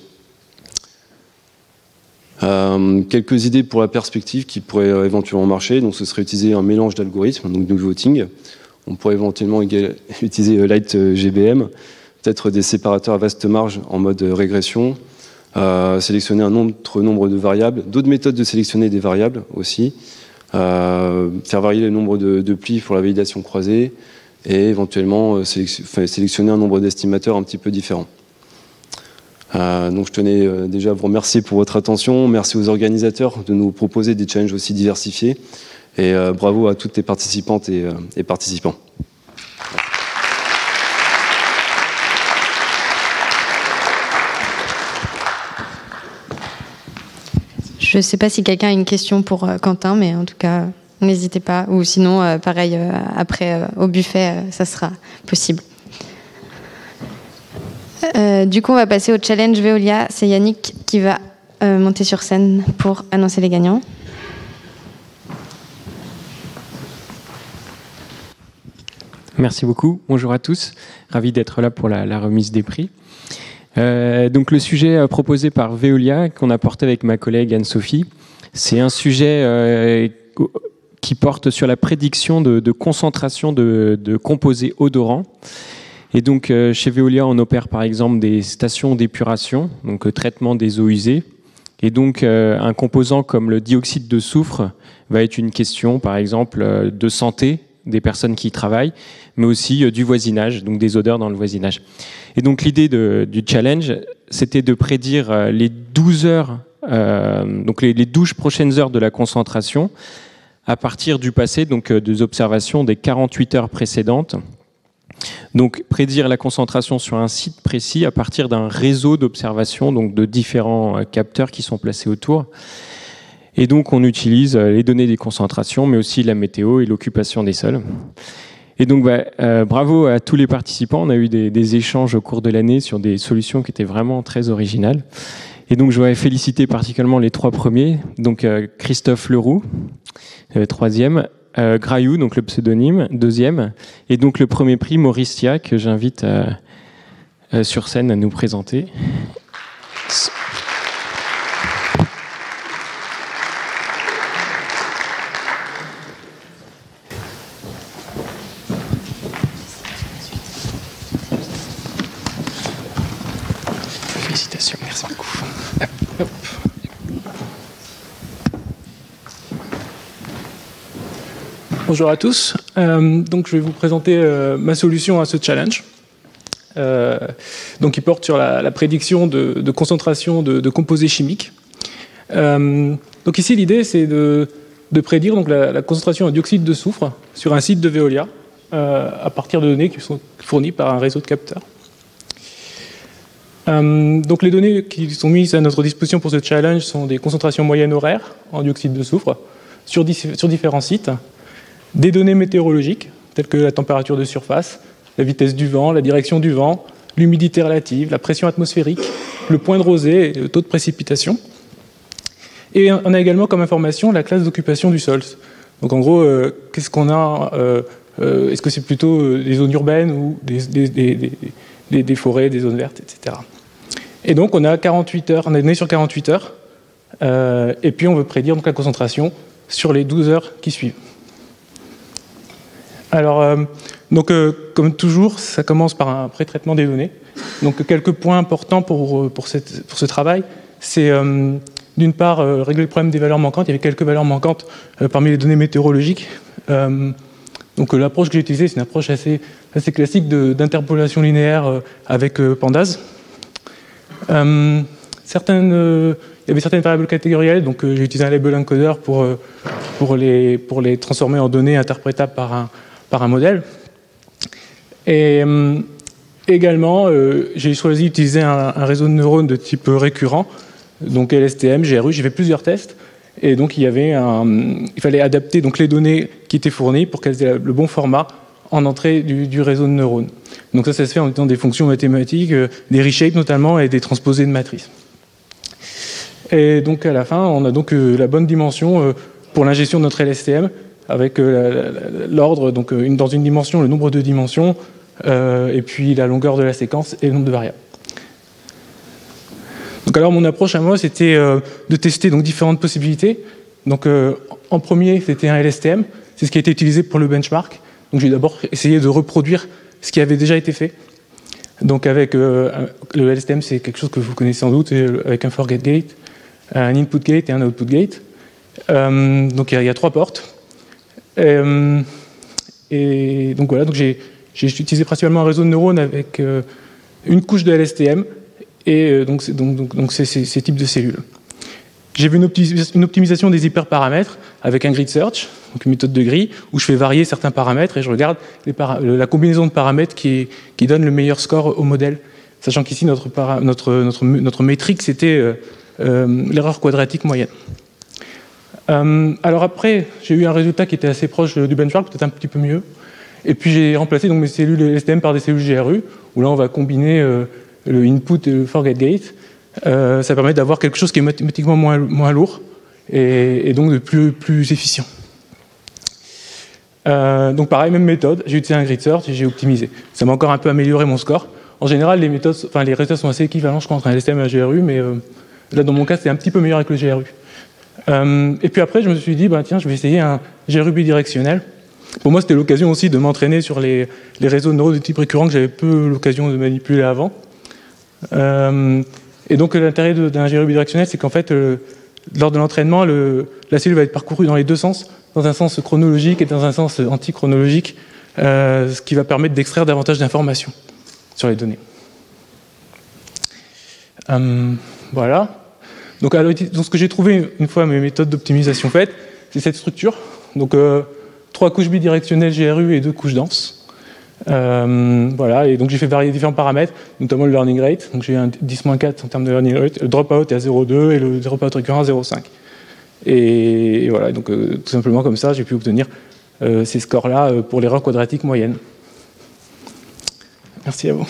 Quelques idées pour la perspective qui pourraient éventuellement marcher. Donc ce serait utiliser un mélange d'algorithmes, donc du voting. On pourrait éventuellement utiliser LightGBM, peut-être des séparateurs à vaste marge en mode régression, sélectionner un autre nombre de variables, d'autres méthodes de sélectionner des variables aussi, faire varier le nombre de plis pour la validation croisée et éventuellement sélectionner un nombre d'estimateurs un petit peu différent. Donc je tenais déjà à vous remercier pour votre attention. Merci aux organisateurs de nous proposer des challenges aussi diversifiés. Et bravo à toutes les participantes et participants. Je ne sais pas si quelqu'un a une question pour Quentin, mais en tout cas, n'hésitez pas. Ou sinon, pareil, après, au buffet, ça sera possible. Du coup, on va passer au challenge Veolia. C'est Yannick qui va monter sur scène pour annoncer les gagnants. Merci beaucoup. Bonjour à tous. Ravi d'être là pour la remise des prix. Donc le sujet proposé par Veolia, qu'on a porté avec ma collègue Anne-Sophie, c'est un sujet qui porte sur la prédiction de concentration de composés odorants. Et donc chez Veolia, on opère par exemple des stations d'épuration, donc traitement des eaux usées. Et donc un composant comme le dioxyde de soufre va être une question par exemple de santé des personnes qui y travaillent, mais aussi du voisinage, donc des odeurs dans le voisinage. Et donc l'idée du challenge, c'était de prédire les 12 heures, donc les 12 prochaines heures de la concentration à partir du passé, donc des observations des 48 heures précédentes. Donc prédire la concentration sur un site précis à partir d'un réseau d'observation, donc de différents capteurs qui sont placés autour. Et donc on utilise les données des concentrations, mais aussi la météo et l'occupation des sols. Et donc bravo à tous les participants. On a eu des échanges au cours de l'année sur des solutions qui étaient vraiment très originales. Et donc je voudrais féliciter particulièrement les 3 premiers. Donc Christophe Leroux, troisième, Graillou, donc le pseudonyme, deuxième, et donc le premier prix Maurice Tia, que j'invite sur scène à nous présenter. Félicitations, merci beaucoup. Hop. Bonjour à tous. Donc je vais vous présenter ma solution à ce challenge. Donc qui porte sur la prédiction de concentration de composés chimiques. Donc ici l'idée c'est de prédire donc, la concentration en dioxyde de soufre sur un site de Veolia à partir de données qui sont fournies par un réseau de capteurs. Donc les données qui sont mises à notre disposition pour ce challenge sont des concentrations moyennes horaires en dioxyde de soufre sur différents sites, des données météorologiques telles que la température de surface, la vitesse du vent, la direction du vent, l'humidité relative, la pression atmosphérique, le point de rosée et le taux de précipitation. Et on a également comme information la classe d'occupation du sol. Donc en gros, qu'est-ce qu'on a est-ce que c'est plutôt des zones urbaines ou des forêts, des zones vertes, etc. Et donc on a 48 heures, on a donné sur 48 heures, et puis on veut prédire donc la concentration sur les 12 heures qui suivent. Alors, comme toujours, ça commence par un pré-traitement des données. Donc quelques points importants pour ce travail, c'est d'une part régler le problème des valeurs manquantes. Il y avait quelques valeurs manquantes parmi les données météorologiques. Donc l'approche que j'ai utilisée, c'est une approche assez classique d'interpolation linéaire avec Pandas. Il y avait certaines variables catégorielles, donc j'ai utilisé un label encoder pour les transformer en données interprétables par un modèle. Et également, j'ai choisi d'utiliser un réseau de neurones de type récurrent, donc LSTM, GRU. J'ai fait plusieurs tests. Et donc, il fallait adapter donc, les données qui étaient fournies pour qu'elles aient le bon format en entrée du réseau de neurones. Donc ça se fait en utilisant des fonctions mathématiques, des reshapes notamment, et des transposés de matrices. Et donc, à la fin, on a donc la bonne dimension pour l'ingestion de notre LSTM, avec l'ordre, donc dans une dimension, le nombre de dimensions, et puis la longueur de la séquence et le nombre de variables. Donc alors mon approche à moi, c'était de tester donc différentes possibilités. Donc en premier, c'était un LSTM, c'est ce qui a été utilisé pour le benchmark. Donc j'ai d'abord essayé de reproduire ce qui avait déjà été fait. Donc avec le LSTM, c'est quelque chose que vous connaissez sans doute, avec un forget gate, un input gate et un output gate. Donc il y a 3 portes. Et donc voilà, donc j'ai utilisé principalement un réseau de neurones avec une couche de LSTM et donc ces types de cellules. J'ai vu une optimisation des hyperparamètres avec un grid search, donc une méthode de grille, où je fais varier certains paramètres et je regarde la combinaison de paramètres qui donne le meilleur score au modèle. Sachant qu'ici, notre métrique, c'était l'erreur quadratique moyenne. Alors après, j'ai eu un résultat qui était assez proche du benchmark, peut-être un petit peu mieux. Et puis j'ai remplacé donc mes cellules LSTM par des cellules GRU, où là on va combiner le input et le forget gate. Ça permet d'avoir quelque chose qui est mathématiquement moins lourd et donc de plus efficient. Donc pareil, même méthode, j'ai utilisé un grid search et j'ai optimisé. Ça m'a encore un peu amélioré mon score. En général, les résultats sont assez équivalents, je crois, entre un LSTM et un GRU, mais là dans mon cas, c'est un petit peu meilleur avec le GRU. Et puis après, je me suis dit, tiens, je vais essayer un GRU bidirectionnel. Pour moi, c'était l'occasion aussi de m'entraîner sur les réseaux de neurones de type récurrent que j'avais peu l'occasion de manipuler avant. Et donc l'intérêt d'un GRU bidirectionnel, c'est qu'en fait, lors de l'entraînement, la cellule va être parcourue dans les deux sens, dans un sens chronologique et dans un sens antichronologique, ce qui va permettre d'extraire davantage d'informations sur les données. Voilà. Donc ce que j'ai trouvé une fois mes méthodes d'optimisation faites, c'est cette structure. Donc 3 couches bidirectionnelles GRU et 2 couches denses. Voilà, et donc j'ai fait varier différents paramètres, notamment le learning rate. Donc j'ai un 10-4 en termes de learning rate, le dropout est à 0,2 et le dropout récurrent à 0,5. Et voilà, donc tout simplement comme ça, j'ai pu obtenir ces scores-là pour l'erreur quadratique moyenne. Merci à vous.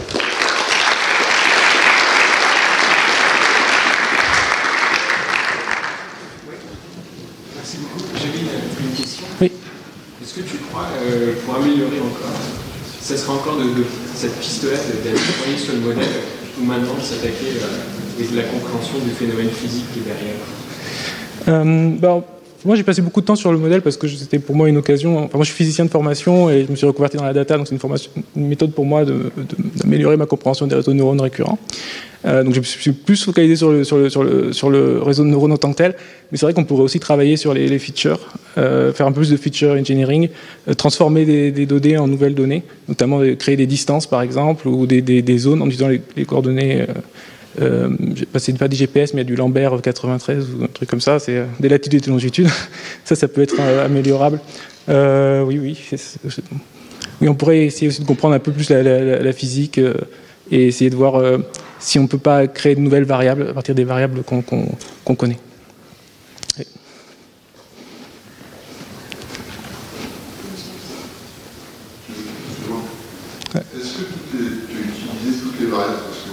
Merci beaucoup. J'avais une question. Oui. Est-ce que tu crois, pour améliorer encore, ça serait encore de cette piste-là d'aller travailler sur le modèle ou maintenant de s'attaquer avec la compréhension du phénomène physique qui est derrière? Moi, j'ai passé beaucoup de temps sur le modèle parce que c'était pour moi une occasion. Enfin, moi, je suis physicien de formation et je me suis reconverti dans la data, donc c'est une méthode pour moi d'améliorer ma compréhension des réseaux de neurones récurrents. Donc, je me suis plus focalisé sur le réseau de neurones en tant que tel, mais c'est vrai qu'on pourrait aussi travailler sur les features, faire un peu plus de feature engineering, transformer des données en nouvelles données, notamment créer des distances, par exemple, ou des zones en utilisant les coordonnées. C'est pas du GPS, mais il y a du Lambert 93 ou un truc comme ça, c'est des latitudes et des longitudes. Ça peut être améliorable. Oui, on pourrait essayer aussi de comprendre un peu plus la physique et essayer de voir si on ne peut pas créer de nouvelles variables à partir des variables qu'on connaît. Oui. Est-ce que tu utilisais toutes les variables?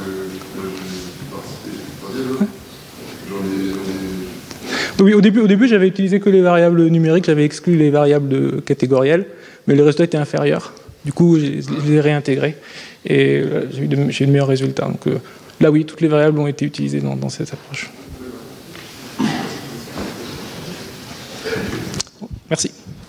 Oui, au début, j'avais utilisé que les variables numériques, j'avais exclu les variables catégorielles, mais le résultat était inférieur. Du coup, je les ai réintégrés et j'ai eu de meilleurs résultats. Donc là, oui, toutes les variables ont été utilisées dans cette approche. Merci.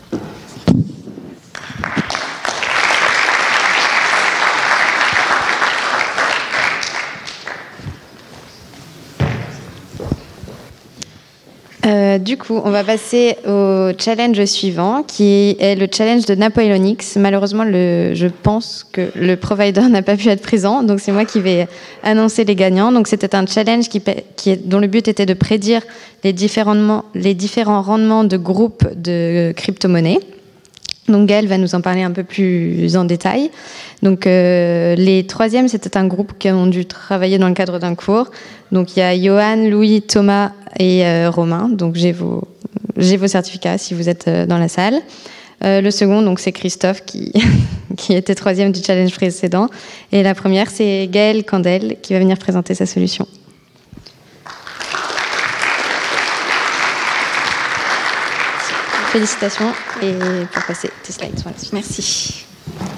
Du coup, on va passer au challenge suivant, qui est le challenge de Napoleonix. Malheureusement, je pense que le provider n'a pas pu être présent, donc c'est moi qui vais annoncer les gagnants. Donc c'était un challenge dont le but était de prédire les différents rendements de groupes de crypto-monnaies. Donc Gaëlle va nous en parler un peu plus en détail. Donc les troisièmes, c'était un groupe qui ont dû travailler dans le cadre d'un cours. Donc il y a Johan, Louis, Thomas et Romain. Donc j'ai vos certificats si vous êtes dans la salle. Le second, donc c'est Christophe qui était troisième du challenge précédent. Et la première, c'est Gaëlle Candel qui va venir présenter sa solution. Félicitations et pour passer tes slides sur la suite. Merci.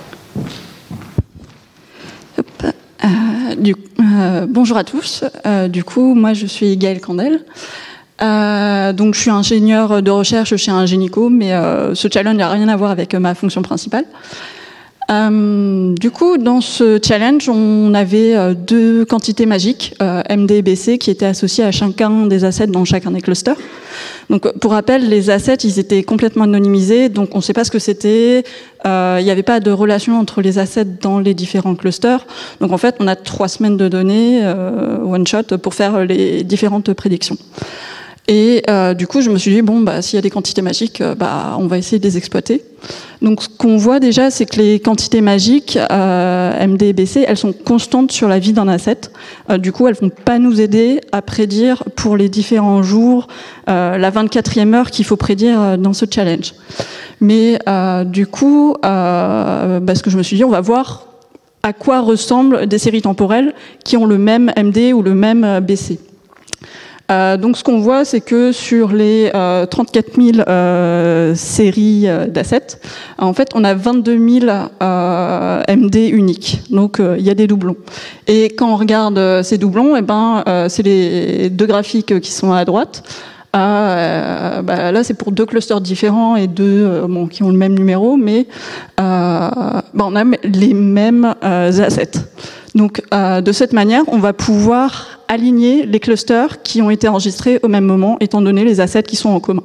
Bonjour à tous. Du coup, moi je suis Gaëlle Candel. Donc je suis ingénieure de recherche chez Ingenico, mais ce challenge n'a rien à voir avec ma fonction principale. Du coup, dans ce challenge, on avait 2 quantités magiques, MD et BC, qui étaient associées à chacun des assets dans chacun des clusters. Donc, pour rappel, les assets, ils étaient complètement anonymisés, donc on ne sait pas ce que c'était. Il n'y avait pas de relation entre les assets dans les différents clusters. Donc, en fait, on a 3 semaines de données, one shot, pour faire les différentes prédictions. Et du coup, je me suis dit, bon, bah, s'il y a des quantités magiques, on va essayer de les exploiter. Donc, ce qu'on voit déjà, c'est que les quantités magiques, MD et BC, elles sont constantes sur la vie d'un asset. Du coup, elles vont pas nous aider à prédire pour les différents jours la 24e heure qu'il faut prédire dans ce challenge. Mais du coup, ce que je me suis dit, on va voir à quoi ressemblent des séries temporelles qui ont le même MD ou le même BC. Donc ce qu'on voit, c'est que sur les 34 000 séries d'assets, en fait, on a 22 000 MD uniques. Donc il y a des doublons. Et quand on regarde ces doublons, c'est les 2 graphiques qui sont à droite. Là, c'est pour 2 clusters différents et 2 qui ont le même numéro, mais on a les mêmes assets. Donc, de cette manière, on va pouvoir aligner les clusters qui ont été enregistrés au même moment, étant donné les assets qui sont en commun.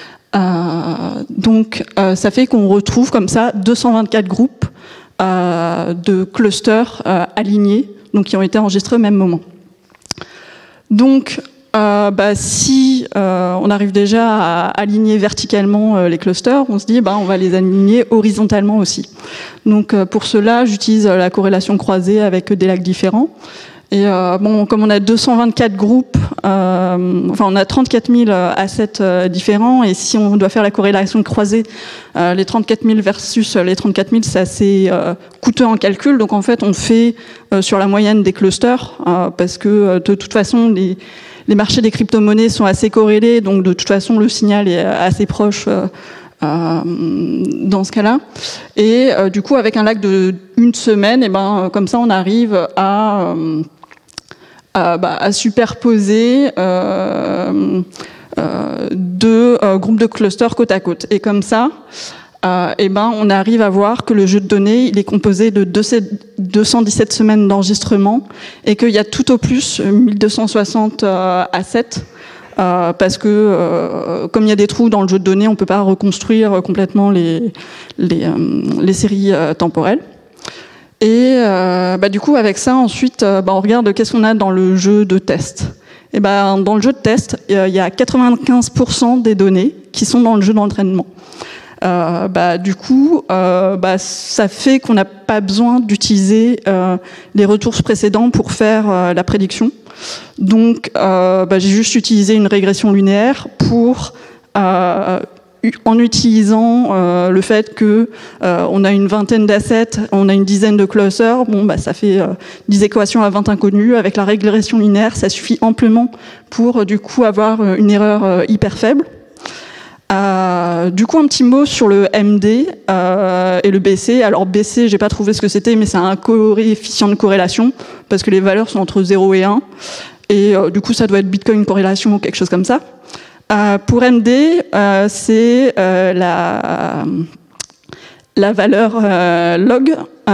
Ça fait qu'on retrouve comme ça 224 groupes de clusters alignés, donc qui ont été enregistrés au même moment. Donc, si on arrive déjà à aligner verticalement les clusters, on se dit on va les aligner horizontalement aussi. Donc pour cela, j'utilise la corrélation croisée avec des lags différents. Et comme on a 224 groupes, on a 34 000 assets différents, et si on doit faire la corrélation croisée, les 34 000 versus les 34 000, c'est assez coûteux en calcul. Donc en fait, on fait sur la moyenne des clusters, parce que de toute façon, les marchés des crypto-monnaies sont assez corrélés, donc de toute façon, le signal est assez proche dans ce cas-là. Et du coup, avec un lag de 1 semaine, comme ça, on arrive à superposer 2 groupes de clusters côte à côte. Et comme ça, on arrive à voir que le jeu de données, il est composé de 217 semaines d'enregistrement et qu'il y a tout au plus 1260 assets. Parce que comme il y a des trous dans le jeu de données, on ne peut pas reconstruire complètement les séries temporelles. Et du coup, avec ça, ensuite, on regarde qu'est-ce qu'on a dans le jeu de test. Et dans le jeu de test, il y a 95% des données qui sont dans le jeu d'entraînement. Du coup, ça fait qu'on n'a pas besoin d'utiliser les retours précédents pour faire la prédiction. Donc, j'ai juste utilisé une régression linéaire pour, en utilisant le fait que on a une vingtaine d'assets, on a une dizaine de clusters, ça fait 10 équations à 20 inconnues. Avec la régression linéaire, ça suffit amplement pour du coup avoir une erreur hyper faible. Du coup, un petit mot sur le MD et le BC. Alors BC, j'ai pas trouvé ce que c'était, mais c'est un coefficient de corrélation parce que les valeurs sont entre 0 et 1. Et du coup, ça doit être Bitcoin corrélation ou quelque chose comme ça. Pour MD, c'est la valeur log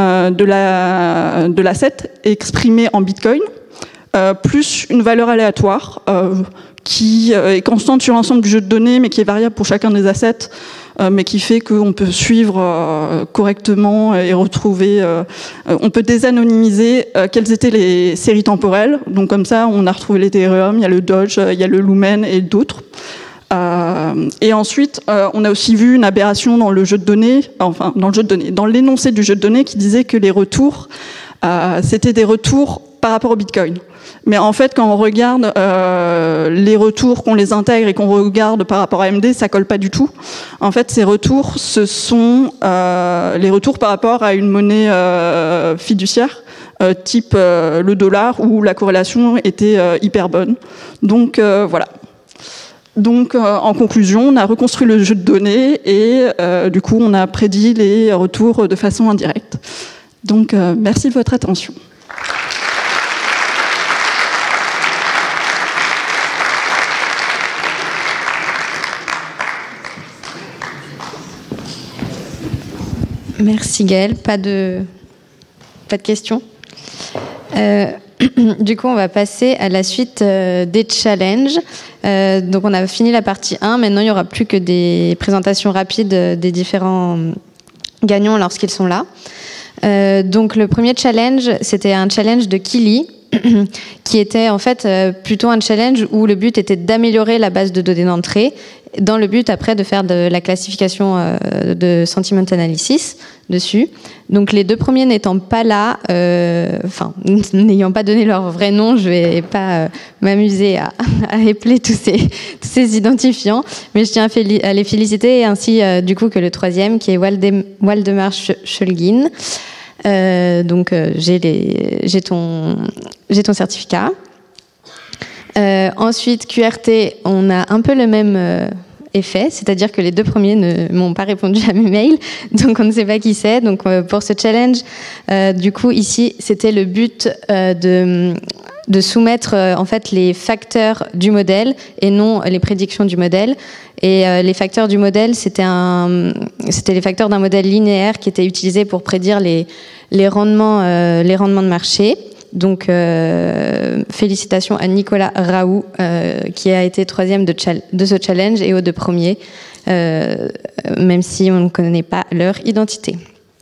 de l'asset exprimée en Bitcoin plus une valeur aléatoire qui est constante sur l'ensemble du jeu de données, mais qui est variable pour chacun des assets, mais qui fait qu'on peut suivre correctement et retrouver... on peut désanonymiser quelles étaient les séries temporelles. Donc comme ça, on a retrouvé l'Ethereum, il y a le Doge, il y a le Lumen et d'autres. Et ensuite, on a aussi vu une aberration dans le jeu de données, dans l'énoncé du jeu de données qui disait que les retours, c'était des retours par rapport au Bitcoin. Mais en fait, quand on regarde les retours, qu'on les intègre et qu'on regarde par rapport à AMD, ça colle pas du tout. En fait, ces retours, ce sont les retours par rapport à une monnaie fiduciaire, type le dollar, où la corrélation était hyper bonne. Donc voilà. Donc en conclusion, on a reconstruit le jeu de données et du coup, on a prédit les retours de façon indirecte. Donc merci de votre attention. Merci Gaëlle. Pas de questions. Du coup, on va passer à la suite des challenges. Donc, on a fini la partie 1. Maintenant, il n'y aura plus que des présentations rapides des différents gagnants lorsqu'ils sont là. Donc, le premier challenge, c'était un challenge de Kili, qui était en fait plutôt un challenge où le but était d'améliorer la base de données d'entrée, dans le but après de faire de la classification de sentiment analysis dessus. Donc les deux premiers n'étant pas là, n'ayant pas donné leur vrai nom, je vais pas m'amuser à épeler tous ces identifiants, mais je tiens à les féliciter, ainsi du coup que le troisième qui est Waldemar Schulgin. Donc j'ai ton certificat. Ensuite, QRT, on a un peu le même effet, c'est-à-dire que les deux premiers ne m'ont pas répondu à mes mails, donc on ne sait pas qui c'est. Donc pour ce challenge, du coup ici, c'était le but de soumettre en fait les facteurs du modèle et non les prédictions du modèle. Et les facteurs du modèle, c'était les facteurs d'un modèle linéaire qui était utilisé pour prédire les rendements de marché. Donc, félicitations à Nicolas Raoult, qui a été troisième de ce challenge et aux deux premiers, même si on ne connaît pas leur identité.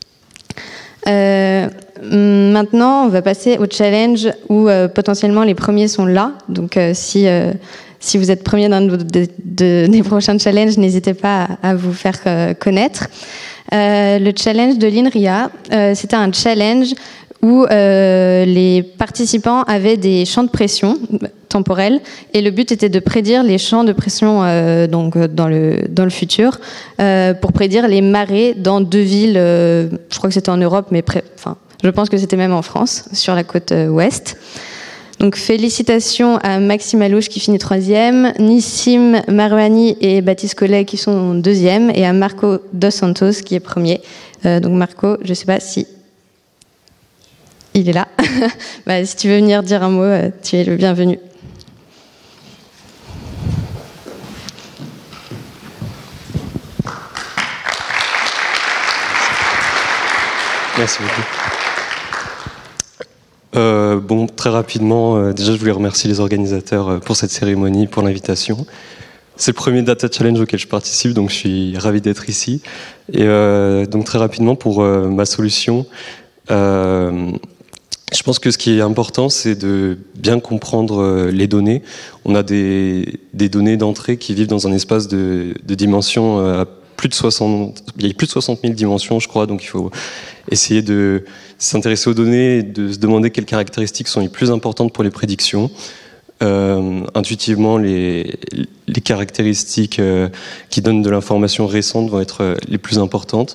Maintenant, on va passer au challenge où potentiellement les premiers sont là. Donc, si vous êtes premier dans des prochains challenges, n'hésitez pas à vous faire connaître. Le challenge de l'INRIA, c'était un challenge où les participants avaient des champs de pression temporels et le but était de prédire les champs de pression donc dans le futur pour prédire les marées dans deux villes, je crois que c'était en Europe, mais je pense que c'était même en France, sur la côte ouest. Donc félicitations à Maxime Alouche qui finit 3e, Nissim Marouani et Baptiste Collet qui sont 2e et à Marco Dos Santos qui est 1er. Donc Marco, je ne sais pas si il est là. Si tu veux venir dire un mot, tu es le bienvenu. Merci beaucoup. Très rapidement, déjà je voulais remercier les organisateurs pour cette cérémonie, pour l'invitation. C'est le premier Data Challenge auquel je participe, donc je suis ravi d'être ici. Et donc très rapidement, pour ma solution, je pense que ce qui est important, c'est de bien comprendre les données. On a des données d'entrée qui vivent dans un espace de dimensions à plus de 60 000 dimensions, je crois, donc il faut essayer de s'intéresser aux données et de se demander quelles caractéristiques sont les plus importantes pour les prédictions. Intuitivement, les caractéristiques qui donnent de l'information récente vont être les plus importantes.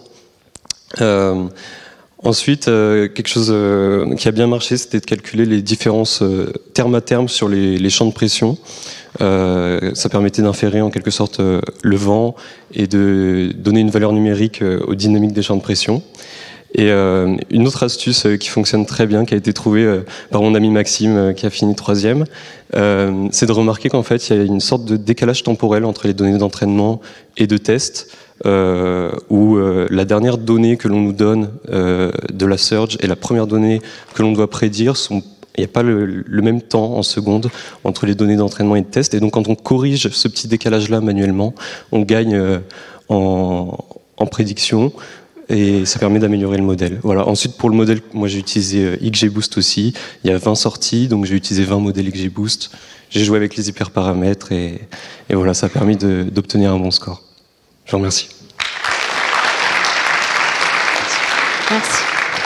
Ensuite, quelque chose qui a bien marché, c'était de calculer les différences terme à terme sur les champs de pression. Ça permettait d'inférer en quelque sorte le vent et de donner une valeur numérique aux dynamiques des champs de pression. Et une autre astuce qui fonctionne très bien, qui a été trouvée par mon ami Maxime, qui a fini 3e, c'est de remarquer qu'en fait, il y a une sorte de décalage temporel entre les données d'entraînement et de test, où la dernière donnée que l'on nous donne de la surge et la première donnée que l'on doit prédire il n'y a pas le même temps en secondes entre les données d'entraînement et de test. Et donc, quand on corrige ce petit décalage-là manuellement, on gagne en prédiction et ça permet d'améliorer le modèle. Voilà. Ensuite, pour le modèle, moi j'ai utilisé XGBoost aussi. Il y a 20 sorties, donc j'ai utilisé 20 modèles XGBoost. J'ai joué avec les hyperparamètres et voilà, ça a permis d'obtenir un bon score. Je vous remercie. Merci.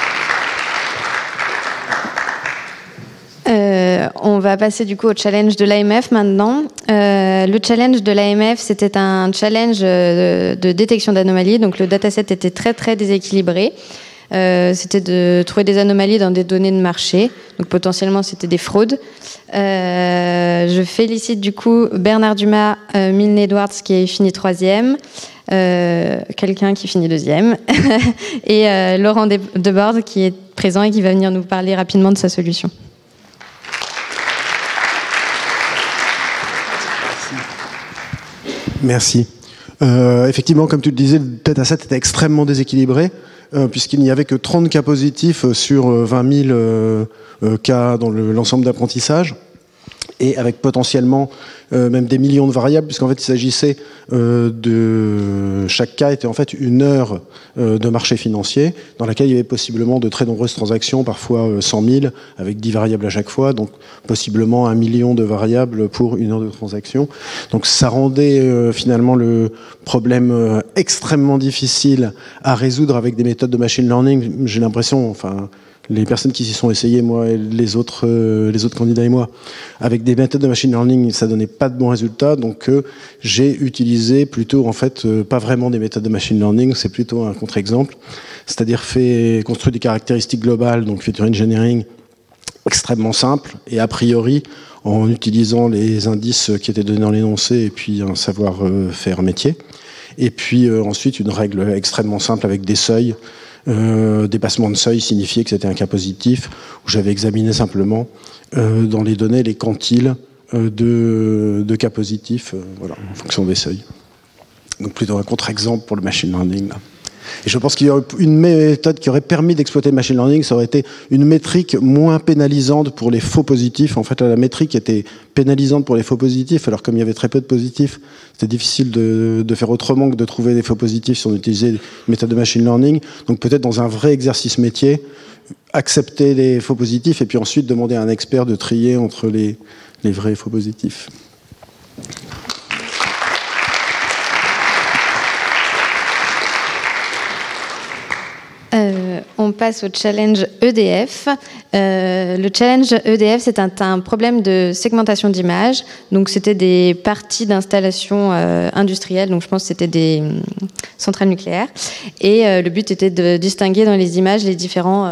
On va passer du coup au challenge de l'AMF maintenant. Le challenge de l'AMF, c'était un challenge de détection d'anomalies. Donc le dataset était très très déséquilibré. C'était de trouver des anomalies dans des données de marché. Donc potentiellement c'était des fraudes. Je félicite du coup Bernard Dumas, Milne Edwards qui est fini 3e. Quelqu'un qui finit 2e. Et Laurent Debord qui est présent et qui va venir nous parler rapidement de sa solution. Merci. Effectivement, comme tu le disais, le dataset était extrêmement déséquilibré. puisqu'il n'y avait que 30 cas positifs sur 20 000 cas dans l'ensemble d'apprentissage, et avec potentiellement même des millions de variables, puisqu'en fait il s'agissait de... Chaque cas était en fait une heure de marché financier, dans laquelle il y avait possiblement de très nombreuses transactions, parfois 100 000, avec 10 variables à chaque fois, donc possiblement 1 million de variables pour une heure de transaction. Donc ça rendait finalement le problème extrêmement difficile à résoudre avec des méthodes de machine learning. J'ai l'impression, enfin... les personnes qui s'y sont essayées, moi et les autres candidats et moi, avec des méthodes de machine learning, ça donnait pas de bons résultats. Donc j'ai utilisé plutôt, en fait, pas vraiment des méthodes de machine learning, c'est plutôt un contre-exemple, c'est-à-dire construire des caractéristiques globales, donc feature engineering extrêmement simple et a priori en utilisant les indices qui étaient donnés dans l'énoncé et puis un savoir-faire métier. Et puis ensuite une règle extrêmement simple avec des seuils. Dépassement de seuil signifiait que c'était un cas positif, où j'avais examiné simplement dans les données les quantiles de cas positifs voilà, en fonction des seuils. Donc plutôt un contre-exemple pour le machine learning. Là. Et je pense qu'il y aurait une méthode qui aurait permis d'exploiter le machine learning, ça aurait été une métrique moins pénalisante pour les faux positifs. En fait, la métrique était pénalisante pour les faux positifs, alors comme il y avait très peu de positifs, c'était difficile de faire autrement que de trouver des faux positifs si on utilisait une méthode de machine learning. Donc peut-être dans un vrai exercice métier, accepter les faux positifs et puis ensuite demander à un expert de trier entre les vrais et faux positifs. On passe au challenge EDF. Le challenge EDF, c'est un problème de segmentation d'images. Donc, c'était des parties d'installations industrielles. Donc, je pense que c'était des centrales nucléaires. Et le but était de distinguer dans les images les différents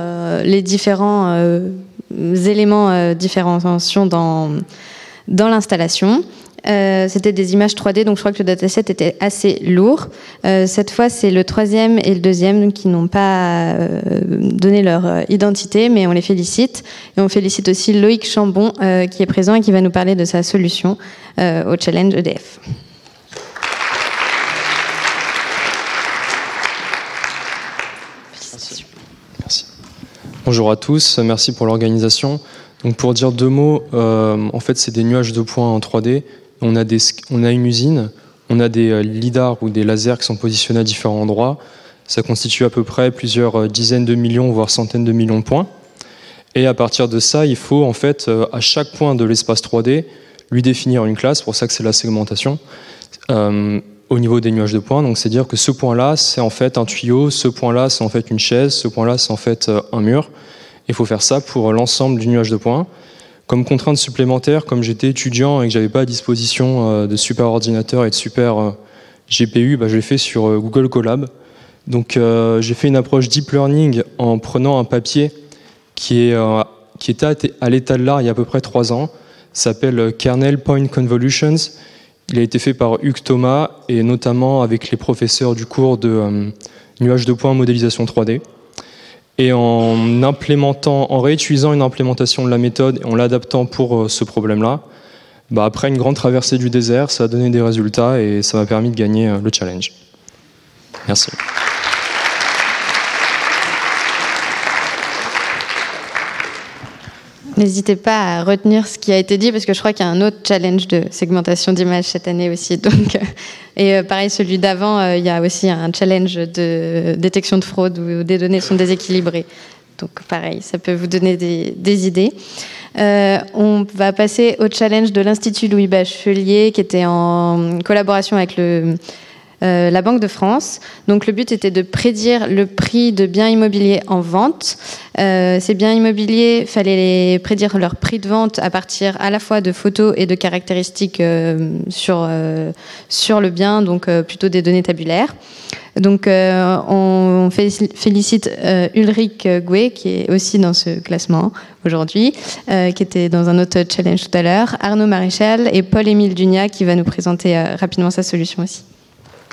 éléments différenciation dans l'installation. C'était des images 3D, donc je crois que le dataset était assez lourd. Cette fois, c'est le 3e et le 2e qui n'ont pas donné leur identité, mais on les félicite. Et on félicite aussi Loïc Chambon qui est présent et qui va nous parler de sa solution au challenge EDF. Merci. Bonjour à tous, merci pour l'organisation. Donc pour dire 2 mots, en fait c'est des nuages de points en 3D. On a une usine, on a des lidars ou des lasers qui sont positionnés à différents endroits. Ça constitue à peu près plusieurs dizaines de millions, voire centaines de millions de points. Et à partir de ça, il faut en fait à chaque point de l'espace 3D lui définir une classe. Pour ça que c'est la segmentation au niveau des nuages de points. Donc c'est dire que ce point-là, c'est en fait un tuyau, ce point-là, c'est en fait une chaise, ce point-là, c'est en fait un mur. Il faut faire ça pour l'ensemble du nuage de points. Comme contrainte supplémentaire, comme j'étais étudiant et que j'avais pas à disposition de super ordinateur et de super GPU, je l'ai fait sur Google Colab. Donc j'ai fait une approche deep learning en prenant un papier qui était à l'état de l'art il y a à peu près 3 ans. Ça s'appelle Kernel Point Convolutions. Il a été fait par Hugues Thomas et notamment avec les professeurs du cours de nuages de points modélisation 3D. Et en réutilisant une implémentation de la méthode et en l'adaptant pour ce problème-là, après une grande traversée du désert, ça a donné des résultats et ça m'a permis de gagner le challenge. Merci. N'hésitez pas à retenir ce qui a été dit, parce que je crois qu'il y a un autre challenge de segmentation d'images cette année aussi. Donc, et pareil, celui d'avant, il y a aussi un challenge de détection de fraude où des données sont déséquilibrées. Donc pareil, ça peut vous donner des idées. On va passer au challenge de l'Institut Louis Bachelier, qui était en collaboration avec la Banque de France. Donc le but était de prédire le prix de biens immobiliers en vente. Ces biens immobiliers, il fallait prédire leur prix de vente à partir à la fois de photos et de caractéristiques sur le bien, donc plutôt des données tabulaires. Donc on félicite Ulrich Gouet, qui est aussi dans ce classement aujourd'hui, qui était dans un autre challenge tout à l'heure, Arnaud Maréchal et Paul-Émile Dunia, qui va nous présenter rapidement sa solution aussi.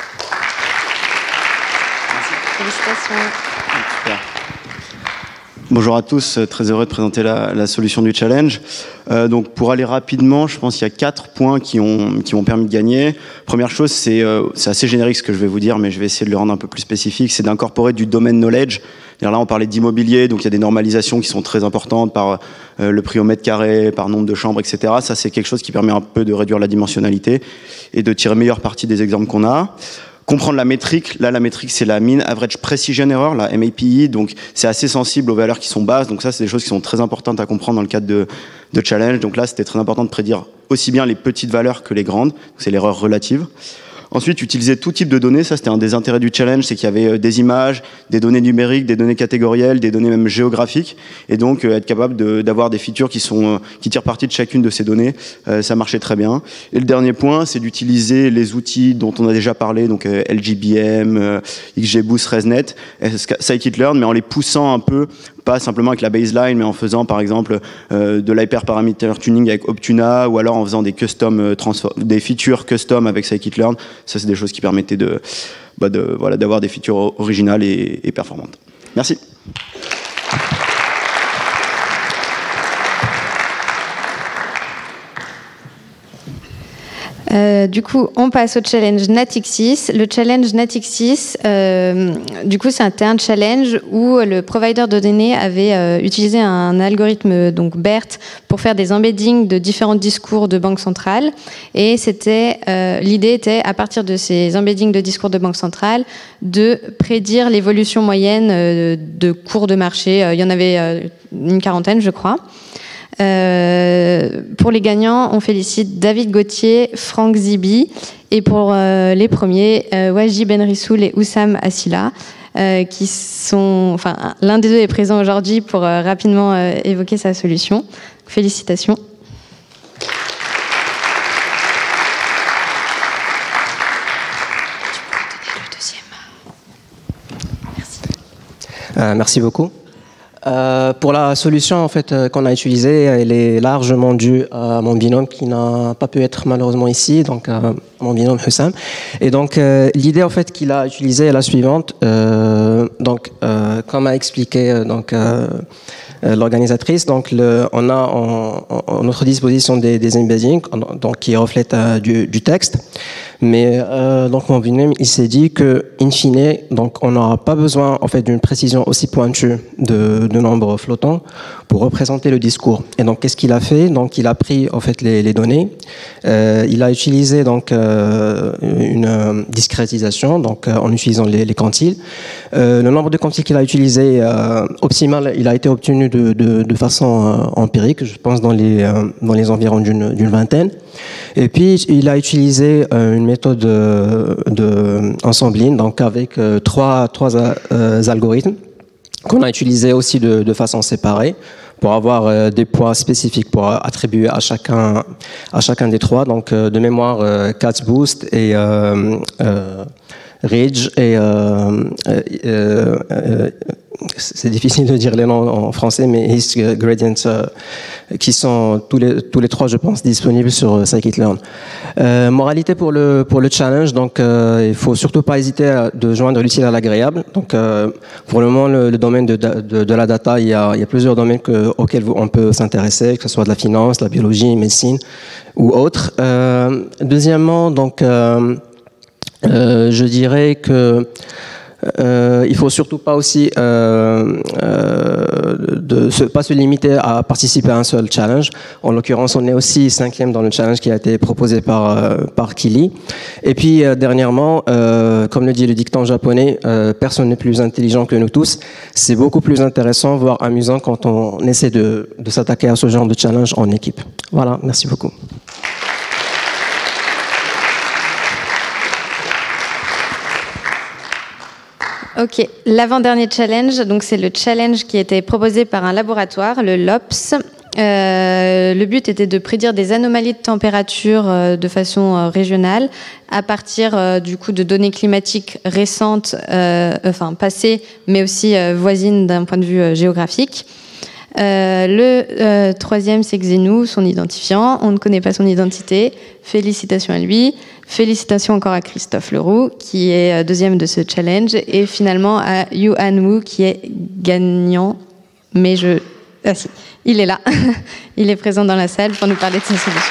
Félicitations. Bonjour à tous, très heureux de présenter la solution du challenge. Donc pour aller rapidement, je pense qu'il y a 4 points qui m'ont permis de gagner. Première chose, c'est assez générique ce que je vais vous dire, mais je vais essayer de le rendre un peu plus spécifique, c'est d'incorporer du domaine knowledge. Là, on parlait d'immobilier, donc il y a des normalisations qui sont très importantes par le prix au mètre carré, par nombre de chambres, etc. Ça, c'est quelque chose qui permet un peu de réduire la dimensionnalité et de tirer meilleure partie des exemples qu'on a. Comprendre la métrique. Là, la métrique, c'est la Mean Average Precision Error, la MAPE. Donc, c'est assez sensible aux valeurs qui sont basses. Donc ça, c'est des choses qui sont très importantes à comprendre dans le cadre de challenge. Donc là, c'était très important de prédire aussi bien les petites valeurs que les grandes. C'est l'erreur relative. Ensuite, utiliser tout type de données. Ça, c'était un des intérêts du challenge, c'est qu'il y avait des images, des données numériques, des données catégorielles, des données même géographiques. Et donc, être capable d'avoir des features qui tirent parti de chacune de ces données. Ça marchait très bien. Et le dernier point, c'est d'utiliser les outils dont on a déjà parlé, donc LGBM, XGBoost, ResNet, scikit-learn, mais en les poussant un peu, pas simplement avec la baseline, mais en faisant par exemple de l'hyperparameter tuning avec Optuna, ou alors en faisant des features custom avec scikit-learn. Ça, c'est des choses qui permettaient d'avoir des features originales et performantes. Merci. Du coup, on passe au challenge Natixis. Le challenge Natixis, du coup, c'était un challenge où le provider de données avait utilisé un algorithme, donc BERT, pour faire des embeddings de différents discours de banque centrale. Et l'idée était, à partir de ces embeddings de discours de banque centrale, de prédire l'évolution moyenne de cours de marché. Il y en avait une quarantaine, je crois. Pour les gagnants, on félicite David Gauthier, Franck Zibi, et pour les premiers, Wajib Benrissoul et Oussam Assila, qui sont, l'un des deux est présent aujourd'hui pour rapidement évoquer sa solution. Félicitations. Merci beaucoup. Pour la solution en fait qu'on a utilisée, elle est largement due à mon binôme qui n'a pas pu être malheureusement ici, donc mon binôme Hussam. Et donc l'idée en fait qu'il a utilisée est la suivante. Comme a expliqué l'organisatrice, donc on a en notre disposition des embeddings donc qui reflètent du texte. Mais donc mon binôme il s'est dit que in fine donc on n'aura pas besoin en fait d'une précision aussi pointue de nombres flottants pour représenter le discours. Et donc qu'est-ce qu'il a fait? Donc il a pris en fait les données, il a utilisé donc une discrétisation donc en utilisant les quantiles. Le nombre de quantiles qu'il a utilisé optimal, il a été obtenu de façon empirique, je pense dans les environs d'une vingtaine. Et puis il a utilisé une méthode de ensembling, donc avec trois algorithmes qu'on a utilisé aussi de façon séparée pour avoir des poids spécifiques pour attribuer à chacun des trois. Donc de mémoire, CatsBoost et Ridge et c'est difficile de dire les noms en français, mais His Gradient, qui sont tous les trois, je pense, disponibles sur scikit-learn. Moralité pour le challenge, donc il faut surtout pas hésiter de joindre l'utile à l'agréable. Donc pour le moment, le domaine de la data, il y a plusieurs domaines auxquels on peut s'intéresser, que ce soit de la finance, la biologie, médecine ou autre. Deuxièmement, donc je dirais que il faut surtout pas aussi pas se limiter à participer à un seul challenge. En l'occurrence, on est aussi 5e dans le challenge qui a été proposé par Kili. Et puis dernièrement, comme le dit le dicton japonais, personne n'est plus intelligent que nous tous. C'est beaucoup plus intéressant, voire amusant, quand on essaie de s'attaquer à ce genre de challenge en équipe. Voilà, merci beaucoup. Ok, l'avant-dernier challenge, donc c'est le challenge qui était proposé par un laboratoire, le LOPS. Le but était de prédire des anomalies de température de façon régionale à partir du coup de données climatiques récentes, passées, mais aussi voisines d'un point de vue géographique. Le troisième, c'est Xenu, son identifiant. On ne connaît pas son identité. Félicitations à lui. Félicitations encore à Christophe Leroux, qui est deuxième de ce challenge. Et finalement à Yu Han Wu, qui est gagnant mais si, il est là. Il est présent dans la salle pour nous parler de sa solution.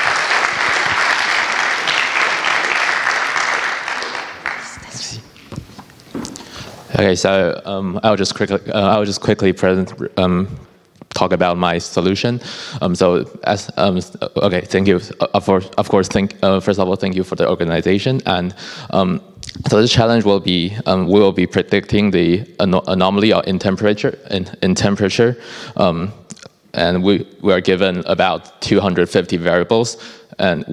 Okay, so I'll just quickly talk about my solution. Okay, thank you. Of course, first of all, thank you for the organization. And so the challenge will be we will be predicting the anomaly in temperature. And we are given about 250 variables, and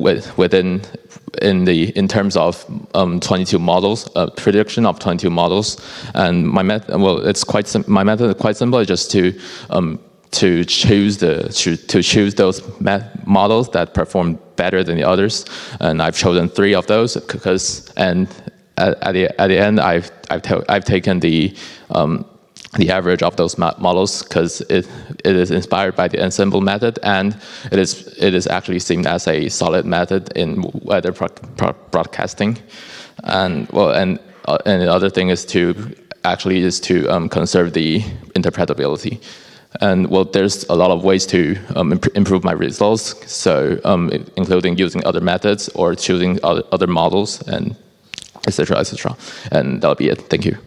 in terms of 22 models, prediction of 22 models. And my method, my method is quite simple. It's just to choose those models that perform better than the others, and I've chosen 3 of those at the end I've taken the average of those models because it is inspired by the ensemble method, and it is actually seen as a solid method in weather broadcasting. And the other thing is to conserve the interpretability. And there's a lot of ways to improve my results, so including using other methods or choosing other models, and etc. etc. And that'll be it. Thank you.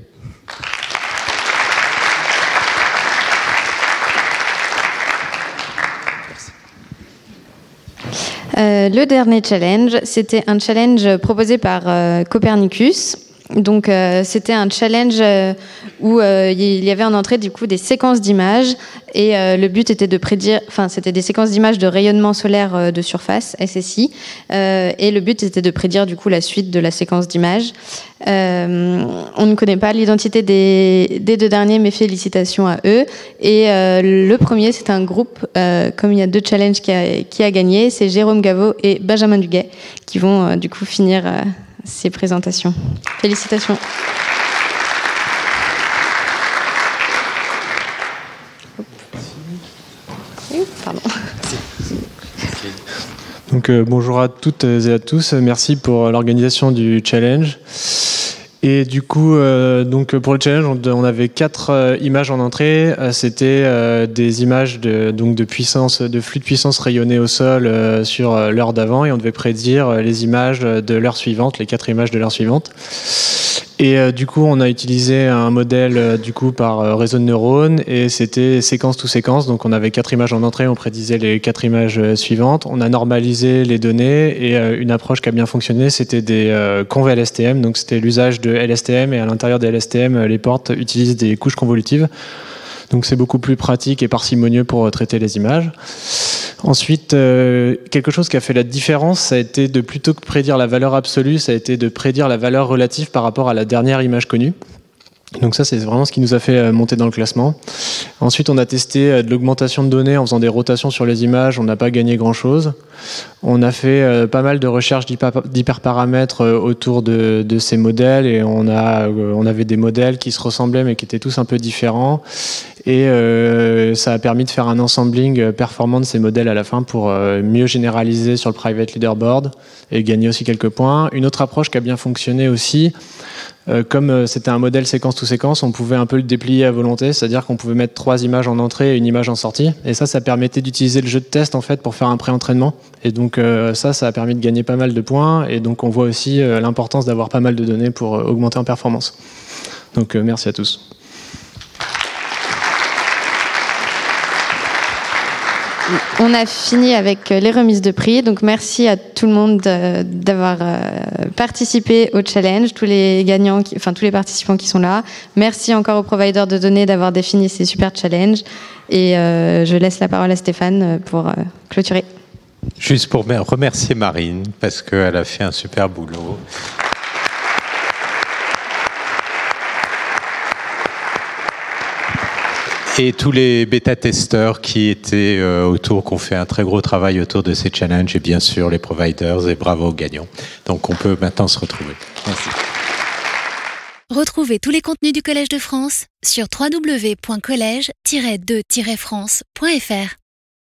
Le dernier challenge, c'était un challenge proposé par Copernicus. Donc c'était un challenge où il y avait en entrée du coup des séquences d'images, et le but était de prédire, c'était des séquences d'images de rayonnement solaire de surface, SSI, et le but était de prédire du coup la suite de la séquence d'images. On ne connaît pas l'identité des 2 derniers, mais félicitations à eux. Et le premier, c'est un groupe, comme il y a 2 challenges qui a gagné, c'est Jérôme Gaveau et Benjamin Duguay qui vont du coup finir ces présentations. Félicitations. Pardon. Donc bonjour à toutes et à tous, merci pour l'organisation du challenge. Et du coup, donc pour le challenge, on avait 4 images en entrée. C'était des images de flux de puissance rayonnés au sol sur l'heure d'avant, et on devait prédire les images de l'heure suivante, les 4 images de l'heure suivante. Et du coup, on a utilisé un modèle par réseau de neurones, et c'était séquence to séquence. Donc on avait 4 images en entrée, on prédisait les 4 images suivantes. On a normalisé les données, et une approche qui a bien fonctionné, c'était des conv LSTM. Donc c'était l'usage de LSTM, et à l'intérieur des LSTM, les portes utilisent des couches convolutives. Donc c'est beaucoup plus pratique et parcimonieux pour traiter les images. Ensuite, quelque chose qui a fait la différence, ça a été de, plutôt que prédire la valeur absolue, ça a été de prédire la valeur relative par rapport à la dernière image connue. Donc ça, c'est vraiment ce qui nous a fait monter dans le classement. Ensuite, on a testé de l'augmentation de données en faisant des rotations sur les images. On n'a pas gagné grand-chose. On a fait pas mal de recherches d'hyperparamètres autour de ces modèles, et on avait des modèles qui se ressemblaient mais qui étaient tous un peu différents. Et ça a permis de faire un ensembling performant de ces modèles à la fin pour mieux généraliser sur le private leaderboard et gagner aussi quelques points. Une autre approche qui a bien fonctionné aussi, comme c'était un modèle séquence to séquence, on pouvait un peu le déplier à volonté, c'est-à-dire qu'on pouvait mettre 3 images en entrée et une image en sortie. Et ça permettait d'utiliser le jeu de test en fait pour faire un pré-entraînement. Et donc ça a permis de gagner pas mal de points. Et donc on voit aussi l'importance d'avoir pas mal de données pour augmenter en performance. Donc merci à tous. On a fini avec les remises de prix. Donc merci à tout le monde d'avoir participé au challenge, tous les gagnants, tous les participants qui sont là. Merci encore aux providers de données d'avoir défini ces super challenges. Et je laisse la parole à Stéphane pour clôturer. Juste pour remercier Marine, parce qu'elle a fait un super boulot. Et tous les bêta-testeurs qui étaient qui ont fait un très gros travail autour de ces challenges, et bien sûr les providers, et bravo aux gagnants. Donc on peut maintenant se retrouver. Merci. Retrouvez tous les contenus du Collège de France sur www.college-2-france.fr.